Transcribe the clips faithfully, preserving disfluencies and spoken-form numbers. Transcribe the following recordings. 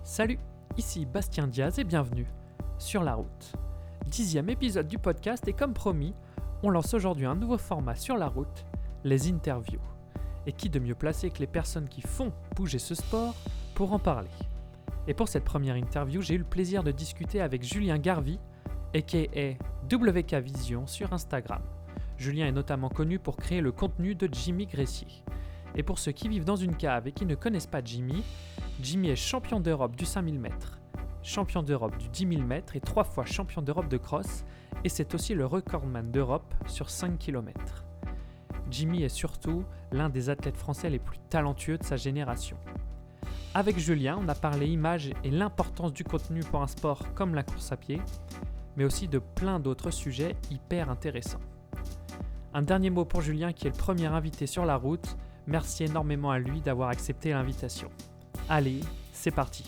Salut, ici Bastien Diaz et bienvenue sur La Route. Dixième épisode du podcast et comme promis, on lance aujourd'hui un nouveau format sur la route, les interviews. Et qui de mieux placé que les personnes qui font bouger ce sport pour en parler. Et pour cette première interview, j'ai eu le plaisir de discuter avec Julien Garvey, aka W K Vision sur Instagram. Julien est notamment connu pour créer le contenu de Jimmy Gressier. Et pour ceux qui vivent dans une cave et qui ne connaissent pas Jimmy, Jimmy est champion d'Europe du cinq mille mètres, champion d'Europe du dix mille mètres et trois fois champion d'Europe de cross, et c'est aussi le recordman d'Europe sur cinq kilomètres. Jimmy est surtout l'un des athlètes français les plus talentueux de sa génération. Avec Julien, on a parlé images et l'importance du contenu pour un sport comme la course à pied, mais aussi de plein d'autres sujets hyper intéressants. Un dernier mot pour Julien qui est le premier invité sur la route. Merci énormément à lui d'avoir accepté l'invitation. Allez, c'est parti.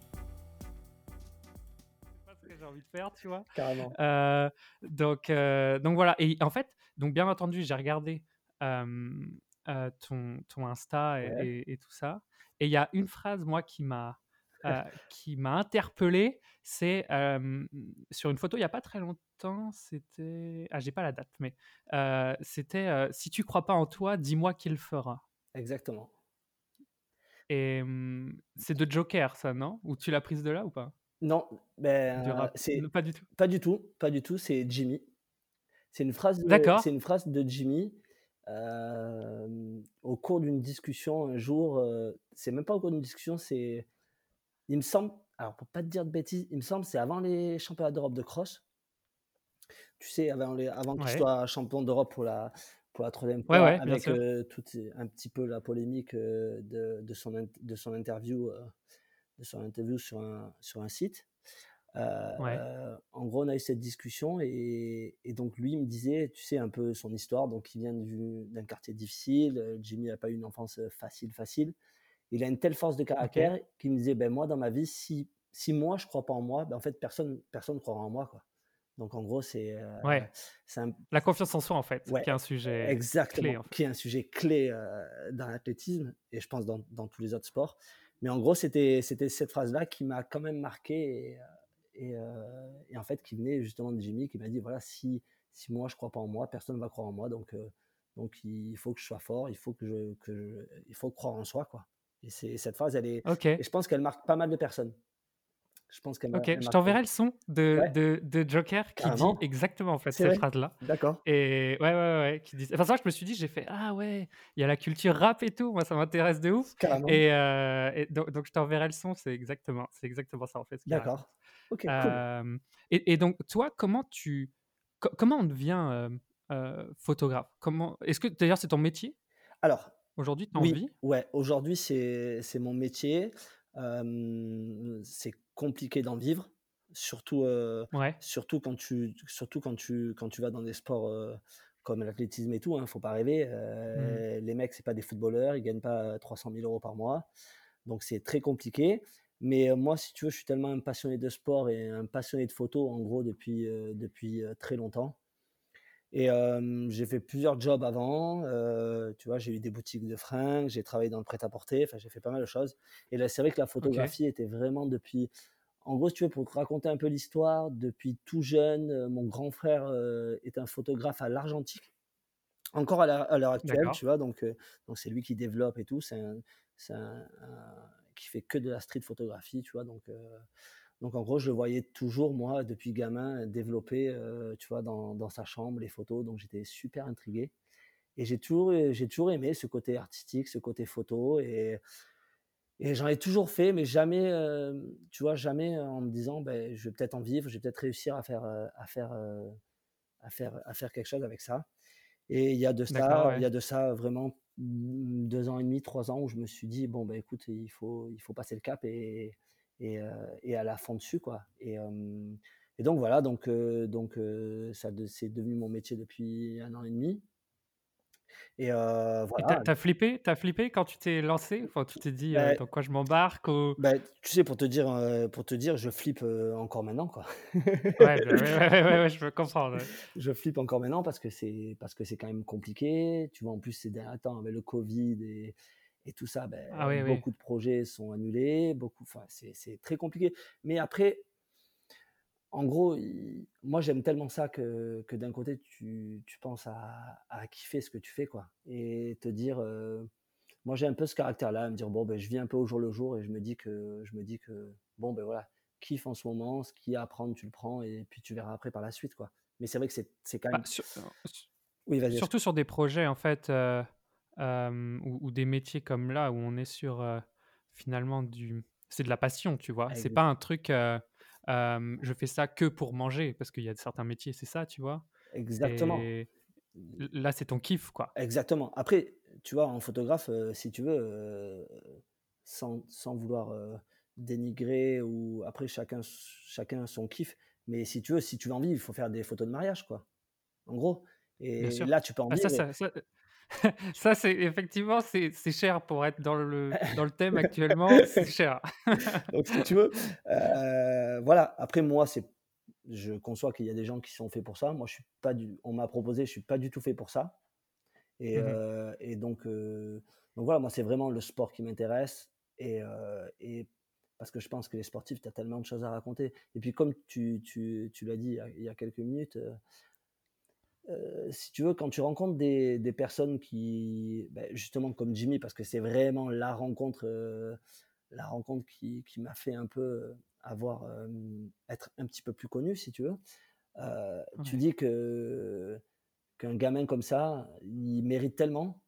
C'est pas ce que j'ai envie de faire, tu vois. Carrément. Euh, donc, euh, donc voilà. Et en fait, donc bien entendu, j'ai regardé euh, euh, ton, ton Insta et, Ouais. et, et tout ça. Et il y a une phrase, moi, qui m'a, euh, qui m'a interpellé. C'est euh, sur une photo, il n'y a pas très longtemps. C'était. Ah, j'ai pas la date, mais euh, c'était euh, si tu crois pas en toi, dis-moi qui le fera. Exactement. Et hum, c'est de Joker, ça, non? Ou tu l'as prise de là ou pas? Non, Du ben, rap? c'est Non, pas du tout. pas du tout, pas du tout, c'est Jimmy. C'est une phrase de D'accord. c'est une phrase de Jimmy, hem, au cours d'une discussion un jour, heu, c'est même pas au cours d'une discussion, c'est il me semble, alors pour pas te dire de bêtises, il me semble c'est avant les championnats d'Europe de cross. Tu sais, avant les avant qu'il Ouais. soit champion d'Europe pour la pour la troisième Ouais, fois ouais, bien avec, sûr. heu, toute un petit peu la polémique, heu, de de son int de son interview, heu, de son interview sur un sur un site. Heu, Ouais. En gros, on a eu cette discussion et et donc lui, il me disait, tu sais, un peu son histoire. Donc il vient du d'un quartier difficile, heu, Jimmy a pas eu une enfance, heu, facile, facile. Il a une telle force de OK. caractère qu'il me disait: «Ben moi, dans ma vie, si si moi, je crois pas en moi, ben en fait, personne personne croira en moi, quoi». Donc en gros, c'est, heu, Ouais. c'est un La confiance en soi, en fait, ouais, qui est un sujet clé, exactement, en fait. qui est un sujet clé, heu, dans l'athlétisme et je pense dans dans tous les autres sports. Mais en gros, c'était c'était cette phrase-là qui m'a quand même marqué et heu et heu et en fait, qui venait justement de Jimmy qui m'a dit: «Voilà, si si moi je crois pas en moi, personne ne va croire en moi donc heu, donc il faut que je sois fort, il faut que je que je il faut croire en soi, quoi». Et c'est cette phrase, elle est OK. et je pense qu'elle marque pas mal de personnes. Je pense qu'elle mar OK. elle Je marque pas mal. t'enverrai le son de Ouais, de de Joker qui dit carrément, exactement, en fait, c'est cette vrai. phrase-là. D'accord, Et ouais, ouais, ouais, ouais, qui dit enfin, ça, je me suis dit, j'ai fait: «Ah ouais, il y a la culture rap et tout». Moi, ça m'intéresse de ouf carrément, et heu et donc donc je t'enverrai le son, c'est exactement c'est exactement ça, en fait, ce qu'il raconte. d'accord. OK, cool. Hem et et donc toi, comment tu co comment on devient, hem, heu, photographe? Comment est-ce que d'ailleurs c'est ton métier Alors, aujourd'hui, tu en oui, vis? ouais, aujourd'hui, c'est c'est mon métier. Hem, c'est compliqué d'en vivre, surtout, heu, Ouais. surtout quand tu surtout quand tu quand tu vas dans des sports, heu, comme l'athlétisme et tout, hein, faut pas rêver. Mmh. Heu, les mecs, c'est pas des footballeurs, ils gagnent pas trois cent mille euros par mois, donc c'est très compliqué. Mais, heu, moi, si tu veux, je suis tellement un passionné de sport et un passionné de photo, en gros, depuis, heu, depuis, heu, très longtemps. Et hem, j'ai fait plusieurs jobs avant, heu, tu vois? J'ai eu des boutiques de fringues, j'ai travaillé dans le prêt-à-porter, enfin, j'ai fait pas mal de choses. Et là, c'est vrai que la OK. photographie était vraiment depuis en gros, si tu veux, pour te raconter un peu l'histoire, depuis tout jeune, heu, mon grand frère, heu, est un photographe à l'argentique, encore à l'heure à l'heure actuelle, D'accord. tu vois? Donc heu, donc c'est lui qui développe et tout. C'est un c'est un un qui fait que de la street photographie, tu vois? Donc heu donc en gros, je le voyais toujours, moi, depuis gamin, développer, heu, tu vois, dans dans sa chambre, les photos, donc j'étais super intrigué et j'ai toujours, heu, j'ai toujours aimé ce côté artistique, ce côté photo et et j'en ai toujours fait, mais jamais, hem, tu vois, jamais en me disant: «Beh, je vais peut-être en vivre, je vais peut-être réussir à faire, heu, à faire, heu, à faire à faire quelque chose avec ça». Et il y a de D'accord, ça il ouais. y a de ça vraiment, mmh, deux ans et demi, trois ans où je me suis dit: «Bon, bah, écoute, il faut il faut passer le cap et et heu et aller à fond dessus, quoi». Et hem et donc voilà, donc heu donc heu, ça de c'est devenu mon métier depuis un an et demi et heu, Et tu as voilà. tu as flippé tu as flippé quand tu t'es lancé? Enfin, tu t'es dit, heu: Bah «Dans quoi je m'embarque?» ou bah, tu sais, pour te dire, heu, pour te dire, je flippe, heu, encore maintenant, quoi. ouais, bah, ouais, ouais, ouais, ouais, ouais, je peux comprendre, ouais. Je flippe encore maintenant parce que c'est parce que c'est quand même compliqué. Tu vois, en plus, ces derniers temps, avec le covid et et tout ça, beh, Ah oui, oui. beaucoup de projets sont annulés, beaucoup enfin, c'est c'est très compliqué. Mais après, en gros, i moi, j'aime tellement ça que que d'un côté, tu tu penses à à kiffer ce que tu fais, quoi et te dire, heu moi, j'ai un peu ce caractère-là, à me dire: «Bon, ben je vis un peu au jour le jour» et je me dis que je me dis que: «Bon, ben voilà, kiffe en ce moment, ce qu'il y a à prendre, tu le prends et puis tu verras après par la suite, quoi». Mais c'est vrai que c'est c'est quand Bah, même sur heu, s oui, vas-y, surtout excuse. sur des projets en fait, heu, hem, ou ou des métiers comme là où on est sur, heu, finalement du c'est de la passion, tu vois? C'est pas Ex un truc, heu, hem, je fais ça que pour manger parce qu'il y a certains métiers, c'est ça, tu vois? exactement. Et l là, c'est ton kiff, quoi. Exactement. Après, tu vois, en photographe, heu, si tu veux, heu, sans sans vouloir, heu, dénigrer ou après chacun chacun son kiff, mais si tu veux, si tu veux en vivre, il faut faire des photos de mariage, quoi, en gros Bien et sûr. là, tu peux en Bah, ça vivre et ça ça ça c'est effectivement, c'est c'est cher pour être dans le dans le thème actuellement, c'est cher. donc si tu veux, heu, voilà. Après moi, c'est je conçois qu'il y a des gens qui sont faits pour ça. Moi, je suis pas du on m'a proposé, je suis pas du tout fait pour ça et Mmh. heu et donc heu, donc voilà, moi, c'est vraiment le sport qui m'intéresse et heu et parce que je pense que les sportifs, tu as tellement de choses à raconter et puis comme tu tu tu l'as dit il y a il y a quelques minutes, heu heu, si tu veux, quand tu rencontres des des personnes qui, beh, justement comme Jimmy, parce que c'est vraiment la rencontre, heu, la rencontre qui qui m'a fait un peu, avoir, hem, être un petit peu plus connu, si tu veux. Heu, tu Ouais. dis que qu'un gamin comme ça, il mérite tellement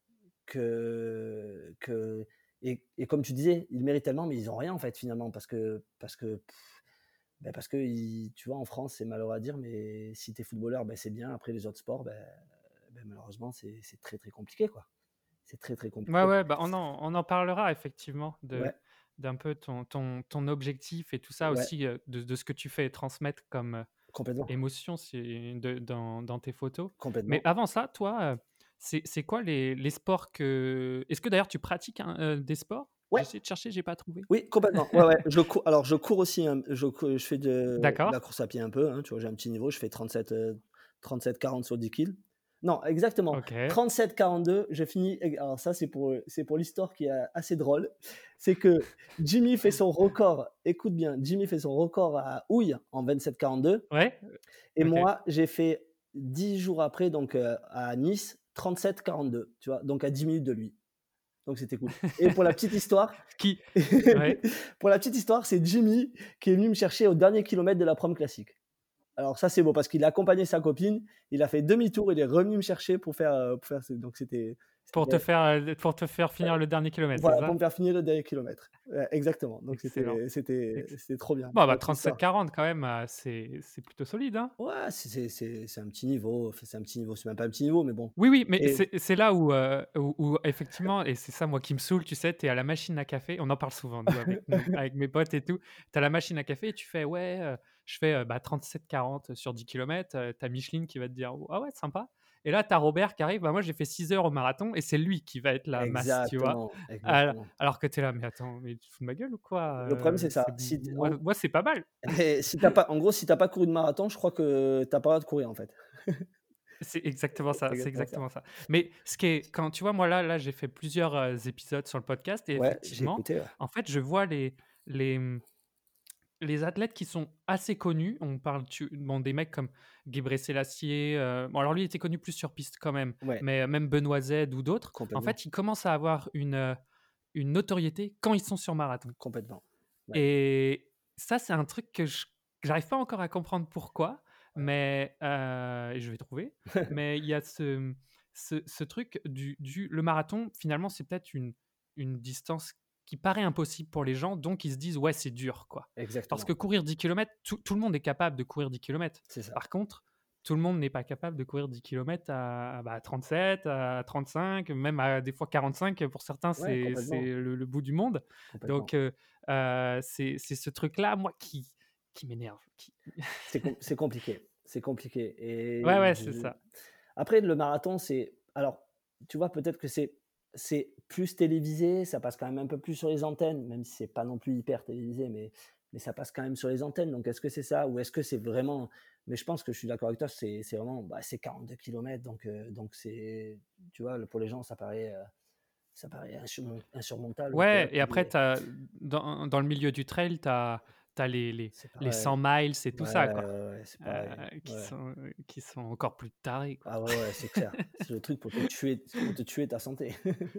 que que et et comme tu disais, ils méritent tellement, mais ils ont rien en fait finalement parce que parce que, pff, bah, parce que ils tu vois en France, c'est malheureux à dire, mais si tu es footballeur, bah, c'est bien. Après les autres sports, bah, bah, malheureusement, c'est c'est très, très compliqué quoi. C'est très, très Ouais, compliqué. ouais, bah, on en on en parlera effectivement de Ouais, d'un peu ton ton ton objectif et tout ça ouais, aussi, heu, de de ce que tu fais transmettre comme, heu, complètement, émotion si de dans dans tes photos. Mais complètement. avant ça, toi, heu, c'est c'est quoi les les sports que est-ce que d'ailleurs tu pratiques un, heu, des sports? J'ai Ouais, essayé de chercher, j'ai pas trouvé. oui, complètement. Ouais, ouais, je cours alors je cours aussi, hein, je cou je fais de de D'accord, la course à pied un peu, hein, tu vois? J'ai un petit niveau, je fais trente-sept, heu, trente-sept quarante sur dix kills. Non, exactement, OK. trente-sept quarante-deux, je finis eg alors ça, c'est pour, heu, c'est pour l'histoire qui est assez drôle. C'est que Jimmy fait son record, écoute bien, Jimmy fait son record à Houille en vingt-sept quarante-deux Ouais, et OK. moi, j'ai fait dix jours après, donc heu, à Nice, trente-sept quarante-deux, tu vois? Donc à dix minutes de lui, donc c'était cool et pour la petite histoire, Ce qui ouais. pour la petite histoire, c'est Jimmy qui est venu me chercher au dernier kilomètre de la prom classique. Alors ça, c'est beau parce qu'il a accompagné sa copine, il a fait demi-tour, il est revenu me chercher pour faire, heu, pour faire ce donc c'était Pour te c'était faire, heu, pour te faire finir le dernier kilomètre, c'est voilà, pour me ça? faire finir le dernier kilomètre. Ouais, exactement, donc Excellent. c'était c'était Ex c'était trop bien bon, pour bah, la petite trente-sept histoire. quarante quand même, heu, c'est c'est plutôt solide, hein? Ouais, c'est c'est c'est c'est un petit niveau, enfin c'est un petit niveau, c'est même pas un petit niveau, mais bon Oui, oui, mais et c'est c'est là où, heu, où où effectivement et c'est ça moi qui me saoule, tu sais, tu es à la machine à café, on en parle souvent nous avec nous avec mes potes et tout. Tu as la machine à café et tu fais: «Ouais, heu, je fais, heu, bah, trente-sept quarante sur dix kilomètres», heu, tu as Micheline qui va te dire: «Ah ouais, sympa» et là tu as Robert qui arrive: «Bah, moi j'ai fait six heures au marathon» et c'est lui qui va être la masse, tu vois? exactement, Al exactement. alors que tu es là: «Mais attends, mais tu te fous de ma gueule ou quoi? Le problème, c'est Heu, ça, c'est si t moi en moi c'est pas mal». et si tu as pas en gros, si tu as pas couru de marathon, je crois que tu as pas le droit de courir, en fait. C'est exactement C'est ça, c'est exactement ça. exactement ça. Mais ce qui est quand tu vois, moi, là là, j'ai fait plusieurs, heu, épisodes sur le podcast et Ouais, j'ai effectivement, écouté, ouais. en fait, je vois les les, mmh, les athlètes qui sont assez connus. On parle tu bon, des mecs comme Gebre Selassie, heu, bon, alors lui, il était connu plus sur piste quand même, Ouais, mais euh, même Benoît Z ou d'autres, en complètement, fait, ils commencent à avoir une, heu, une notoriété quand ils sont sur marathon complètement. Ouais. et ça, c'est un truc que je que j'arrive pas encore à comprendre pourquoi, mais heu et je vais trouver. Mais il y a ce, mmh, ce ce truc du du le marathon, finalement, c'est peut-être une une distance qui paraît impossible pour les gens, donc ils se disent: «Ouais, c'est dur, quoi». Parce que Exactement, courir dix kilomètres, tout tout le monde est capable de courir dix kilomètres. c'est ça. Par contre, tout le monde n'est pas capable de courir dix kilomètres à, bah, à trente-sept, à trente-cinq, même à des fois quarante-cinq, pour certains, Ouais, c'est c'est complètement, le le bout du monde. complètement. Donc heu Heu, c'est c'est ce truc-là, moi, qui qui m'énerve, qui C'est com c'est compliqué, c'est compliqué et ouais, ouais, c'est je ça. après le marathon, c'est alors, tu vois, peut-être que c'est c'est plus télévisé, ça passe quand même un peu plus sur les antennes, même si c'est pas non plus hyper télévisé, mais mais ça passe quand même sur les antennes, donc est-ce que c'est ça? Ou est-ce que c'est vraiment mais je pense que je suis d'accord avec toi, c'est c'est vraiment, bah, c'est quarante-deux kilomètres donc heu, donc c'est tu vois, pour les gens, ça paraît, heu ça paraît insurmon insurmontable, tu vois? Ouais, et Tu après, dis t'as dans dans le milieu du trail, tu as tu as les les c'est les pareil. cent miles et tout Ouais, ça, quoi, ouais, ouais, c'est heu, pareil. qui Ouais. sont, heu, qui sont encore plus tarés, quoi. Ah ouais, ouais, c'est clair. C'est le truc pour te tuer pour te tuer ta santé.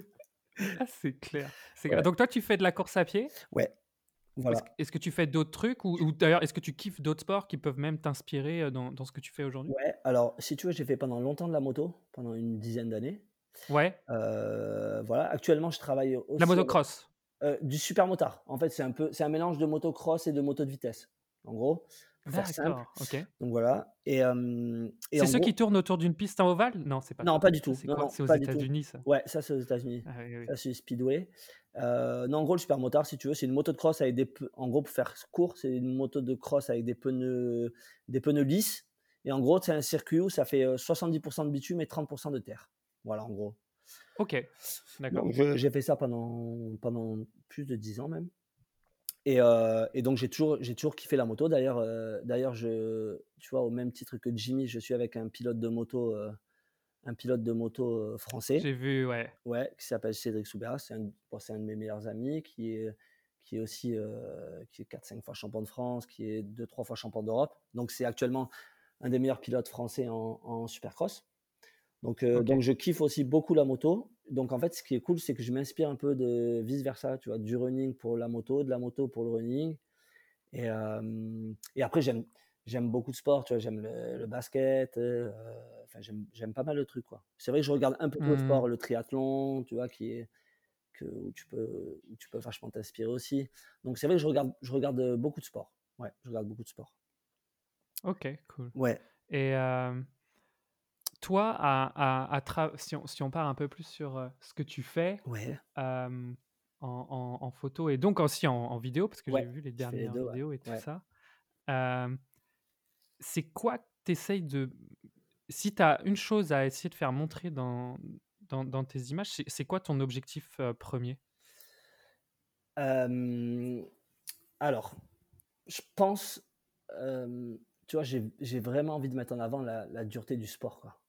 Ah, c'est clair, c'est clair. Ouais, Donc toi, tu fais de la course à pied? ouais, Est-ce que voilà. est-ce que tu fais d'autres trucs ou ou d'ailleurs, est-ce que tu kiffes d'autres sports qui peuvent même t'inspirer, heu, dans dans ce que tu fais aujourd'hui? Ouais, alors si tu veux, j'ai fait pendant longtemps de la moto, pendant une dizaine d'années. Ouais, Heu, voilà, actuellement, je travaille la aussi avec motocross? heu, du supermotard. En fait, c'est un peu c'est un mélange de motocross et de moto de vitesse, en gros, pour faire simple. D'accord, OK. Donc voilà et hem et C'est en ceux qui gros tournent autour d'une piste en ovale? Non, c'est pas non, ça. pas du Ça, tout. c'est Non, quoi? non, C'est aux pas du tout. États-Unis, ça? Ouais, ça, c'est aux États-Unis. Ah oui, oui. Ça, c'est Speedway. Heu, non, en gros, le supermotard, si tu veux, c'est une moto de cross avec des p en gros, pour faire court, c'est une moto de cross avec des pneus des pneus lisses et en gros, c'est un circuit où ça fait, heu, soixante-dix de bitume et trente de terre. Voilà, en gros. OK, d'accord. Donc je j'ai fait ça pendant pendant plus de dix ans même et heu et donc j'ai toujours j'ai toujours kiffé la moto. D'ailleurs, heu, d'ailleurs je tu vois, au même titre que Jimmy, je suis avec un pilote de moto, heu, un pilote de moto, heu, français, J'ai vu, ouais. ouais, qui s'appelle Cédric Soubera. C'est un bon, c'est un de mes meilleurs amis qui est qui est aussi, heu, qui est quatre cinq fois champion de France, qui est deux trois fois champion d'Europe. Donc c'est actuellement un des meilleurs pilotes français en en supercross. Donc, heu, donc OK. je kiffe aussi beaucoup la moto. Donc en fait, ce qui est cool, c'est que je m'inspire un peu de vice versa, tu vois? Du running pour la moto, de la moto pour le running et hem et après j'aime j'aime beaucoup de sport, tu vois? J'aime le le basket, heu, enfin j'aime j'aime pas mal de trucs, quoi. C'est vrai que je regarde un peu tous les Mmh. sports, le triathlon, tu vois? Qui est que où tu peux où tu peux vachement t'inspirer aussi. Donc c'est vrai que je regarde je regarde, heu, beaucoup de sports. Ouais, je regarde beaucoup de sports. OK, cool. Ouais, Et hem, toi, à à à tra si on si on part un peu plus sur, heu, ce que tu fais, ouais, hem, en en en photo et donc aussi en en vidéo, parce que ouais, j'ai vu les je fais les dernières deux, ouais. vidéos et tout Ouais. ça. Hem, c'est quoi que tu essayes de si tu as une chose à essayer de faire montrer dans dans dans tes images, c'est c'est quoi ton objectif, heu, premier? Hem, alors je pense, hem, tu vois, j'ai j'ai vraiment envie de mettre en avant la la dureté du sport, quoi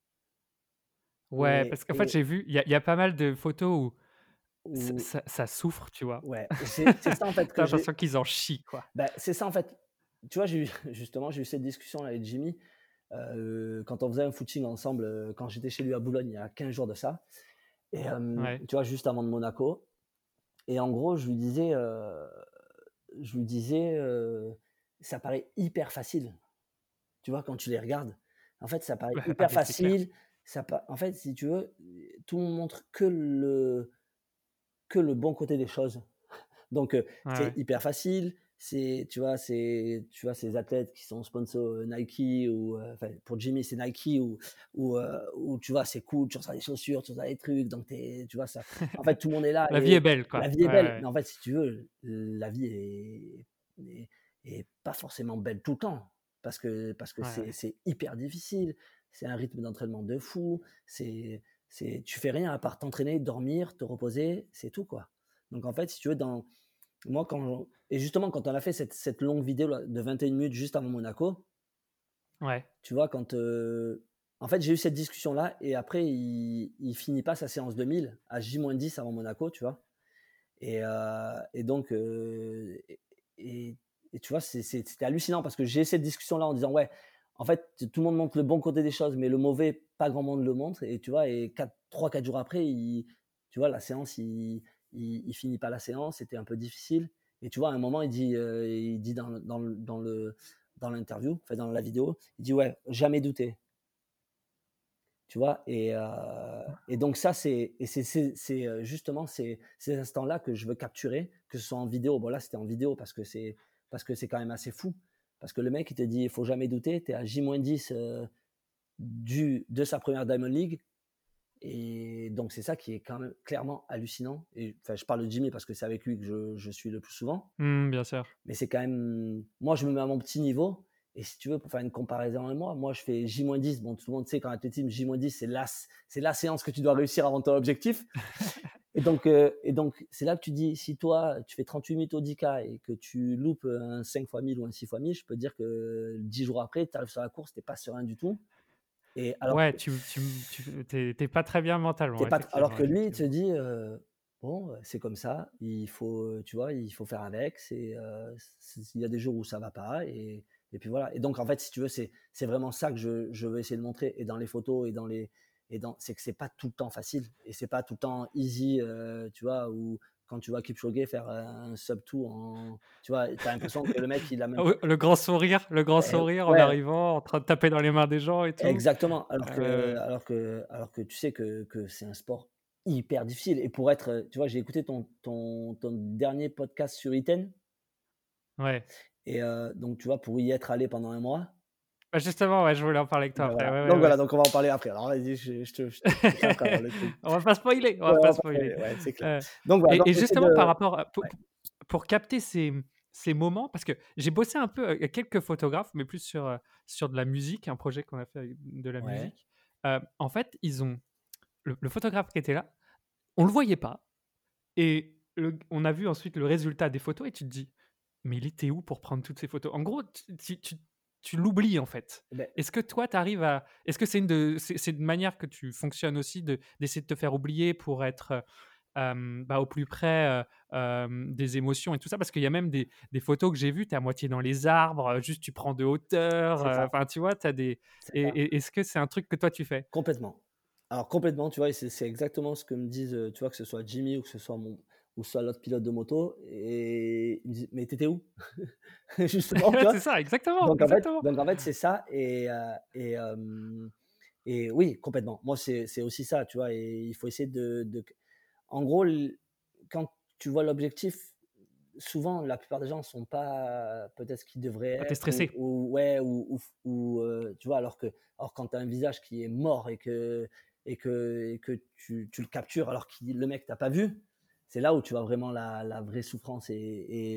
Ouais, et parce qu'en fait, et j'ai vu, il y a il y a pas mal de photos où ç ou ça ça souffre, tu vois? ouais, et c'est c'est ça, en fait, Tu que j'ai l'impression qu'ils en chient, quoi. bah, c'est ça, en fait. Tu vois, j'ai eu justement, j'ai eu cette discussion-là avec Jimmy, heu, quand on faisait un footing ensemble, heu, quand j'étais chez lui à Boulogne, il y a quinze jours de ça et hem, Ouais, tu vois, juste avant de Monaco et en gros, je lui disais, heu, je lui disais, heu: «Ça paraît hyper facile». Tu vois, quand tu les regardes, en fait, ça paraît bah, ah hyper beh, c'est clair. facile, ça pa en fait, si tu veux, tout le monde montre que le que le bon côté des choses. Donc, heu, Ouais, c'est ouais. hyper facile, c'est tu vois, c'est tu vois, ces athlètes qui sont sponsors, heu, Nike ou, heu, enfin, pour Jimmy, c'est Nike ou ou, heu, ou tu vois, c'est cool, tu reçois des chaussures, tu reçois des trucs, donc tu tu vois, ça en fait, tout le monde est là La vie est et belle, la quoi. vie est Ouais, belle. ouais, Mais en fait, si tu veux, la vie est est est pas forcément belle tout le temps parce que parce que ouais, c'est ouais. c'est hyper difficile. C'est un rythme d'entraînement de fou, c'est c'est tu fais rien à part t'entraîner, dormir, te reposer, c'est tout, quoi. Donc en fait, si tu veux, dans moi, quand et justement, quand on a fait cette cette longue vidéo là de vingt et une minutes juste avant Monaco, Ouais. tu vois, quand, heu, en fait, j'ai eu cette discussion-là et après il il finit pas sa séance deux mille à J dix avant Monaco, tu vois? Et heu et donc heu et et et tu vois, c'est c'est c'était hallucinant parce que j'ai cette discussion-là en disant: «Ouais, en fait, tout le monde montre le bon côté des choses, mais le mauvais, pas grand monde le montre» et tu vois? Et quatre trois quatre jours après, il tu vois, la séance, il il il finit pas la séance, c'était un peu difficile et tu vois, à un moment, il dit, heu, il dit dans le dans le dans le dans l'interview, enfin dans la vidéo, il dit: «Ouais, jamais douter». Tu vois? Et heu et donc ça, c'est et c'est c'est c'est, heu, justement ces ces instants-là que je veux capturer, que ce soit en vidéo. Bon là, c'était en vidéo parce que c'est parce que c'est quand même assez fou. Parce que le mec, il te dit: «Il faut jamais douter», tu es à J dix, heu, du de sa première Diamond League et donc c'est ça qui est quand même clairement hallucinant et enfin, je parle de Jimmy parce que c'est avec lui que je je suis le plus souvent. Mmh, bien sûr. Mais c'est quand même moi, je me mets à mon petit niveau et si tu veux, pour faire une comparaison avec moi, moi, je fais J dix. Bon, tout le monde sait qu'en athlétisme, J dix, c'est la c'est la séance que tu dois réussir avant ton objectif et donc heu et donc c'est là que tu dis, si toi, tu fais trente-huit minutes au dix K et que tu loupes, un cinq fois mille ou un six fois mille, je peux te dire que dix jours après, tu arrives sur la course, tu es pas serein du tout Et alors Ouais, tu tu tu tu es pas très bien mentalement, T'es pas alors effectivement, que lui, il te effectivement. dit, heu: «Bon, heu, c'est comme ça, il faut, heu, tu vois, il faut faire avec, c'est, heu, c il y a des jours où ça va pas et et puis voilà». Et donc en fait, si tu veux, c'est c'est vraiment ça que je je veux essayer de montrer et dans les photos et dans les et dans c'est que c'est pas tout le temps facile et c'est pas tout le temps easy, heu, tu vois? Ou quand tu vois Kipchoge faire un sub two en tu vois? Tu as l'impression que le mec, il a même Ah oui, le grand sourire le grand eh sourire en ouais. arrivant, en train de taper dans les mains des gens et tout. Exactement, alors que Heu, alors que alors que tu sais que que c'est un sport hyper difficile et pour être, heu, tu vois, j'ai écouté ton ton ton dernier podcast sur Iten ouais. et heu, donc tu vois, pour y être allé pendant un mois, Bah, justement, ouais, je voulais en parler avec toi ben après. voilà, Ouais, ouais, donc voilà, ouais. donc on va en parler après. Alors vas-y, je je te je te je te fais à travers le truc. On va pas spoiler, on Ouais, va on pas va pas spoiler. spoiler, ouais, c'est clair. Heu Donc voilà, donc et et j'essaie justement par de rapport à pour ouais, pour pour capter ces, mmh, ces moments parce que j'ai bossé un peu avec quelques photographes, mais plus sur, heu, sur de la musique, un projet qu'on a fait avec de la ouais, musique. Heu, en fait, ils ont le le photographe qui était là, on le voyait pas et le on a vu ensuite le résultat des photos et tu te dis: «Mais il était où pour prendre toutes ces photos?» En gros, tu tu tu tu l'oublies, en fait. beh, Est-ce que toi, tu arrives à est-ce que c'est une de c'est c'est une manière que tu fonctionnes aussi de d'essayer de te faire oublier pour être, heu, hem, bah, au plus près, heu, hem, des émotions et tout ça? Parce qu'il y a même des des photos que j'ai vues, tu es à moitié dans les arbres, heu, juste tu prends de hauteur, c'est heu, ça, enfin, tu vois? Tu as des c'est et ça, et est-ce que c'est un truc que toi tu fais? complètement. Alors complètement, tu vois? Et c'est c'est exactement ce que me disent, heu, tu vois? Que ce soit Jimmy ou que ce soit mon ou soit l'autre pilote de moto et ils me disent: «Mais tu étais où?» Justement, tu Ouais, vois? c'est ça, exactement, Donc en fait exactement. donc en fait, c'est ça et heu et hem et oui, complètement. Moi, c'est c'est aussi ça, tu vois? Et il faut essayer de de en gros, l quand tu vois l'objectif, souvent, la plupart des gens sont pas peut-être ce qu'ils devraient Ah, tu es être ou stressé. ou ouais, ou ou f ou heu, tu vois? Alors que alors quand tu as un visage qui est mort et que et que et que tu tu le captures alors qu'il le mec t'a pas vu, c'est là où tu vois vraiment la la vraie souffrance et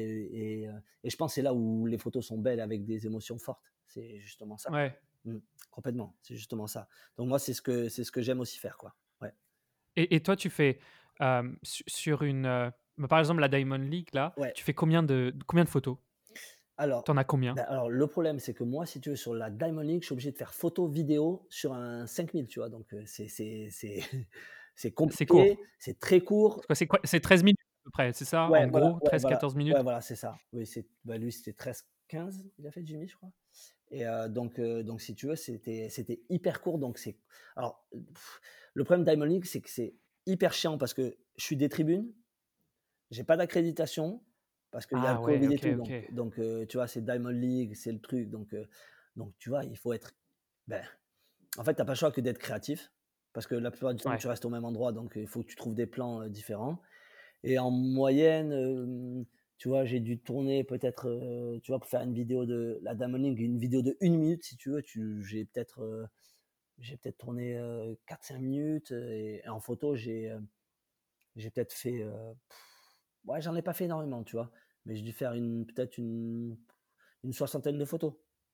et et heu et je pense que c'est là où les photos sont belles avec des émotions fortes. C'est justement ça. Ouais. Mmh, complètement, c'est justement ça. Donc moi, c'est ce que c'est ce que j'aime aussi faire, quoi. Ouais. Et et toi, tu fais, hem, su sur une, heu, bah, par exemple, la Diamond League là, Ouais. tu fais combien de combien de photos? Alors Tu en as combien? bah, alors le problème, c'est que moi, si tu veux, sur la Diamond League, je suis obligé de faire photo, vidéo sur un cinq mille, tu vois? Donc heu, c'est c'est c'est c'est C'est compliqué, court. c'est très C'est court. quoi? C'est quoi? C'est treize minutes à peu près, c'est ça? Ouais, En voilà, gros, ouais, treize voilà, quatorze ouais, minutes? voilà, c'est ça. Oui, c'est bah, lui, c'était treize quinze, il a fait Jimmy, je crois. Et heu, donc heu, donc si tu veux, c'était c'était hyper court, donc c'est alors, pff, le problème Diamond League, c'est que c'est hyper chiant parce que je suis des tribunes. J'ai pas d'accréditation parce qu'il y a le Ah ouais, Covid et OK, tout, donc OK. donc heu, tu vois, c'est Diamond League, c'est le truc, donc heu, donc tu vois, il faut être ben, en fait, tu as pas le choix que d'être créatif parce que la plupart du temps, tu Ouais. restes au même endroit, donc il faut que tu trouves des plans, heu, différents et en moyenne, hem, tu vois, j'ai dû tourner peut-être, heu, tu vois, pour faire une vidéo de la Diamond League, une vidéo de une minute si tu veux, tu j'ai peut-être, heu, j'ai peut-être tourné, heu, quatre cinq minutes, heu et et en photo, j'ai, hem, j'ai peut-être fait, heu, ouais, j'en ai pas fait énormément, tu vois? Mais j'ai dû faire une peut-être une une soixantaine de photos,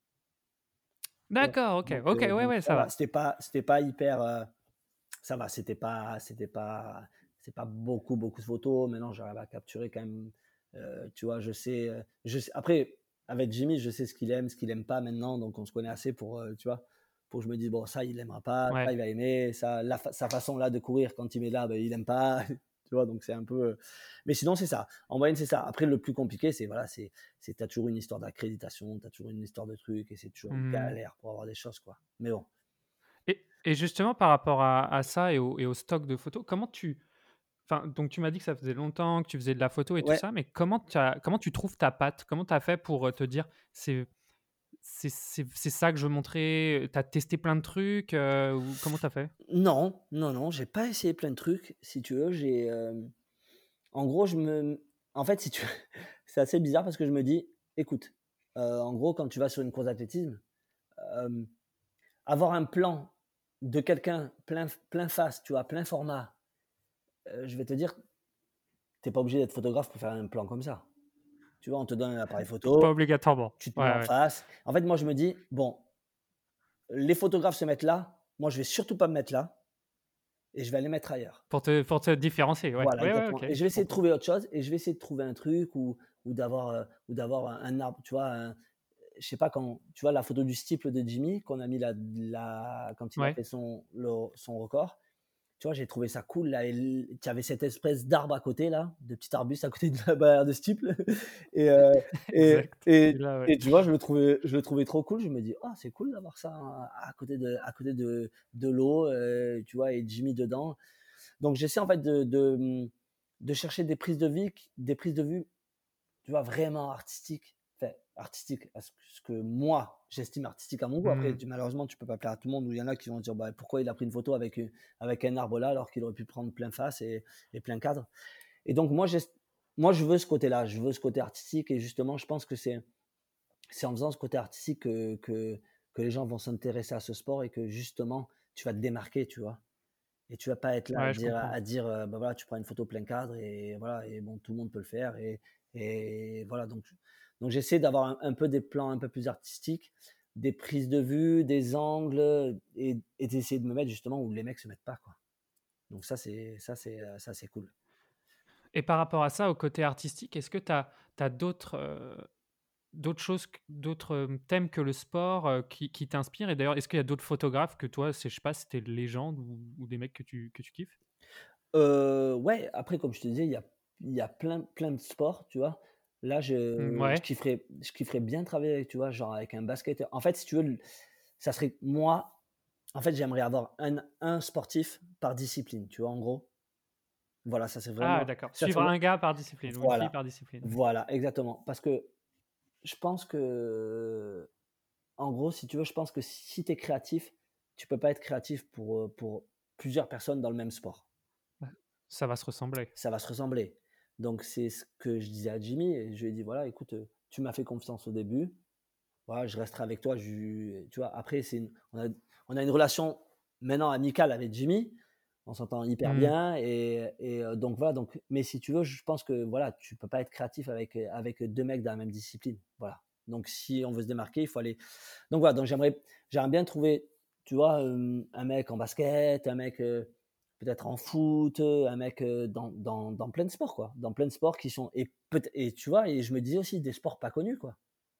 tu vois? D'accord, OK, Donc OK, heu, ouais, donc ouais, ça ça va, va. c'était pas c'était pas hyper, heu, ça va, c'était pas c'était pas c'est pas beaucoup, beaucoup de photos. Maintenant, j'arrive à capturer quand même, heu, tu vois? Je sais, heu, je sais après avec Jimmy, je sais ce qu'il aime, ce qu'il aime pas maintenant, donc on se connaît assez pour, heu, tu vois? Pour que je me dise: «Bon, ça, il aimera pas, ça, Ouais. il va aimer, ça, la fa sa façon là de courir quand il met là, ben il aime pas». Tu vois? Donc c'est un peu, heu mais sinon, c'est ça. En moyenne, c'est ça. Après, le plus compliqué, c'est voilà, c'est c'est tu toujours une histoire d'accréditation, tu as toujours une histoire de trucs et c'est toujours une Mmh. galère pour avoir des choses, quoi. Mais bon. Et et justement par rapport à à ça et au et au stock de photos, comment tu enfin, donc tu m'as dit que ça faisait longtemps que tu faisais de la photo et tout Ouais. ça, mais comment tu as comment tu trouves ta patte? Comment tu as fait pour, heu, te dire: «C'est c'est c'est c'est ça que je veux montrer», tu as testé plein de trucs, heu, ou comment tu as fait? Non, non, non, j'ai pas essayé plein de trucs, si tu veux. J'ai, hem, en gros, je me en fait, si tu veux, c'est assez bizarre parce que je me dis: «Écoute, heu, en gros, quand tu vas sur une course d'athlétisme, hem, avoir un plan de quelqu'un plein plein face, tu vois, plein format, heu, je vais te dire, tu es pas obligé d'être photographe pour faire un plan comme ça». Tu vois, on te donne un appareil Pas photo, obligatoirement. tu te mets Ouais, en ouais. face. En fait, moi, je me dis: «Bon, les photographes se mettent là, moi, je vais surtout pas me mettre là et je vais aller mettre ailleurs». Pour te pour te différencier, ouais. Voilà, Ouais, ouais, exactement OK, et je vais je essayer de comprends. trouver autre chose et je vais essayer de trouver un truc ou ou d'avoir, heu, ou d'avoir un un arbre, tu vois? Un je sais pas quand tu vois la photo du steeple de Jimmy qu'on a mis là là quand il a Ouais, fait son le son record, tu vois, j'ai trouvé ça cool là, et l tu avais cette espèce d'arbre à côté là, de petit arbuste à côté de la barrière de steeple et heu et exact. et Celui-là, ouais. et tu vois, je le trouvais je le trouvais trop cool. Je me dis: «Oh, c'est cool d'avoir ça à à côté de à côté de de l'eau», heu, tu vois, et Jimmy dedans. Donc j'essaie en fait de de, mmh, de chercher des prises de vie q des prises de vue, tu vois, vraiment artistiques. Enfin, artistiques, à ce que ce que moi, j'estime artistique à mon goût. Après, Mmh. tu malheureusement, tu peux pas plaire à tout le monde, ou il y en a qui vont dire: «Bah, pourquoi il a pris une photo avec, heu, avec un arbre là, alors qu'il aurait pu prendre plein face et et plein cadre?» Et donc moi, j'est moi, je veux ce côté-là, je veux ce côté artistique, et justement, je pense que c'est c'est en faisant ce côté artistique que que que les gens vont s'intéresser à ce sport, et que justement, tu vas te démarquer, tu vois? Et tu vas pas être là à Ouais, je dire comprends. à dire, heu, bah, voilà, tu prends une photo plein cadre et voilà, et bon, tout le monde peut le faire, et et voilà, donc donc j'essaie d'avoir un un peu des plans un peu plus artistiques, des prises de vue, des angles, et et d'essayer de me mettre justement où les mecs se mettent pas, quoi. Donc ça, c'est ça c'est, heu, ça c'est cool. Et par rapport à ça, au côté artistique, est-ce que tu as d'autres, heu, d'autres choses q d'autres, hem, thèmes que le sport, heu, qui qui t'inspirent? Et d'ailleurs, est-ce qu'il y a d'autres photographes que toi, c'est je sais pas, c'est tes légendes ou ou des mecs que tu que tu kiffes? Heu, ouais, après comme je te disais, il y a il y a plein plein de sports, tu vois? Là, Mmh, je je ouais. kifferais je kifferais bien travailler avec, tu vois, genre avec un basketteur. En fait, si tu veux, l ça serait moi, en fait, j'aimerais avoir un un sportif par discipline, tu vois, en gros? Voilà, ça c'est Ah vraiment d'accord, ça c'est suivre vrai un gars par discipline ou une fille voilà, par discipline, OK. voilà, exactement. Parce que je pense que, en gros, si tu veux, je pense que si tu es créatif, tu peux pas être créatif pour, heu, pour plusieurs personnes dans le même sport. Ouais, ça va se ressembler. Ça va se ressembler. Donc c'est ce que je disais à Jimmy, et je lui ai dit: «Voilà, écoute, heu, tu m'as fait confiance au début, voilà, je resterai avec toi». Je tu vois? Après, c'est une on a on a une relation maintenant amicale avec Jimmy, on s'entend hyper Mmh. bien, et et heu, donc voilà, donc mais si tu veux, je pense que voilà, tu peux pas être créatif avec, heu, avec deux mecs dans la même discipline, voilà. Donc si on veut se démarquer, il faut aller donc voilà, donc j'aimerais j'aimerais bien trouver, tu vois, hem, un mec en basket, un mec, heu, peut-être en foot, heu, un mec, heu, dans dans dans plein de sports, quoi, dans plein de sports qui sont, et peut et tu vois, et je me disais aussi des sports pas connus, quoi.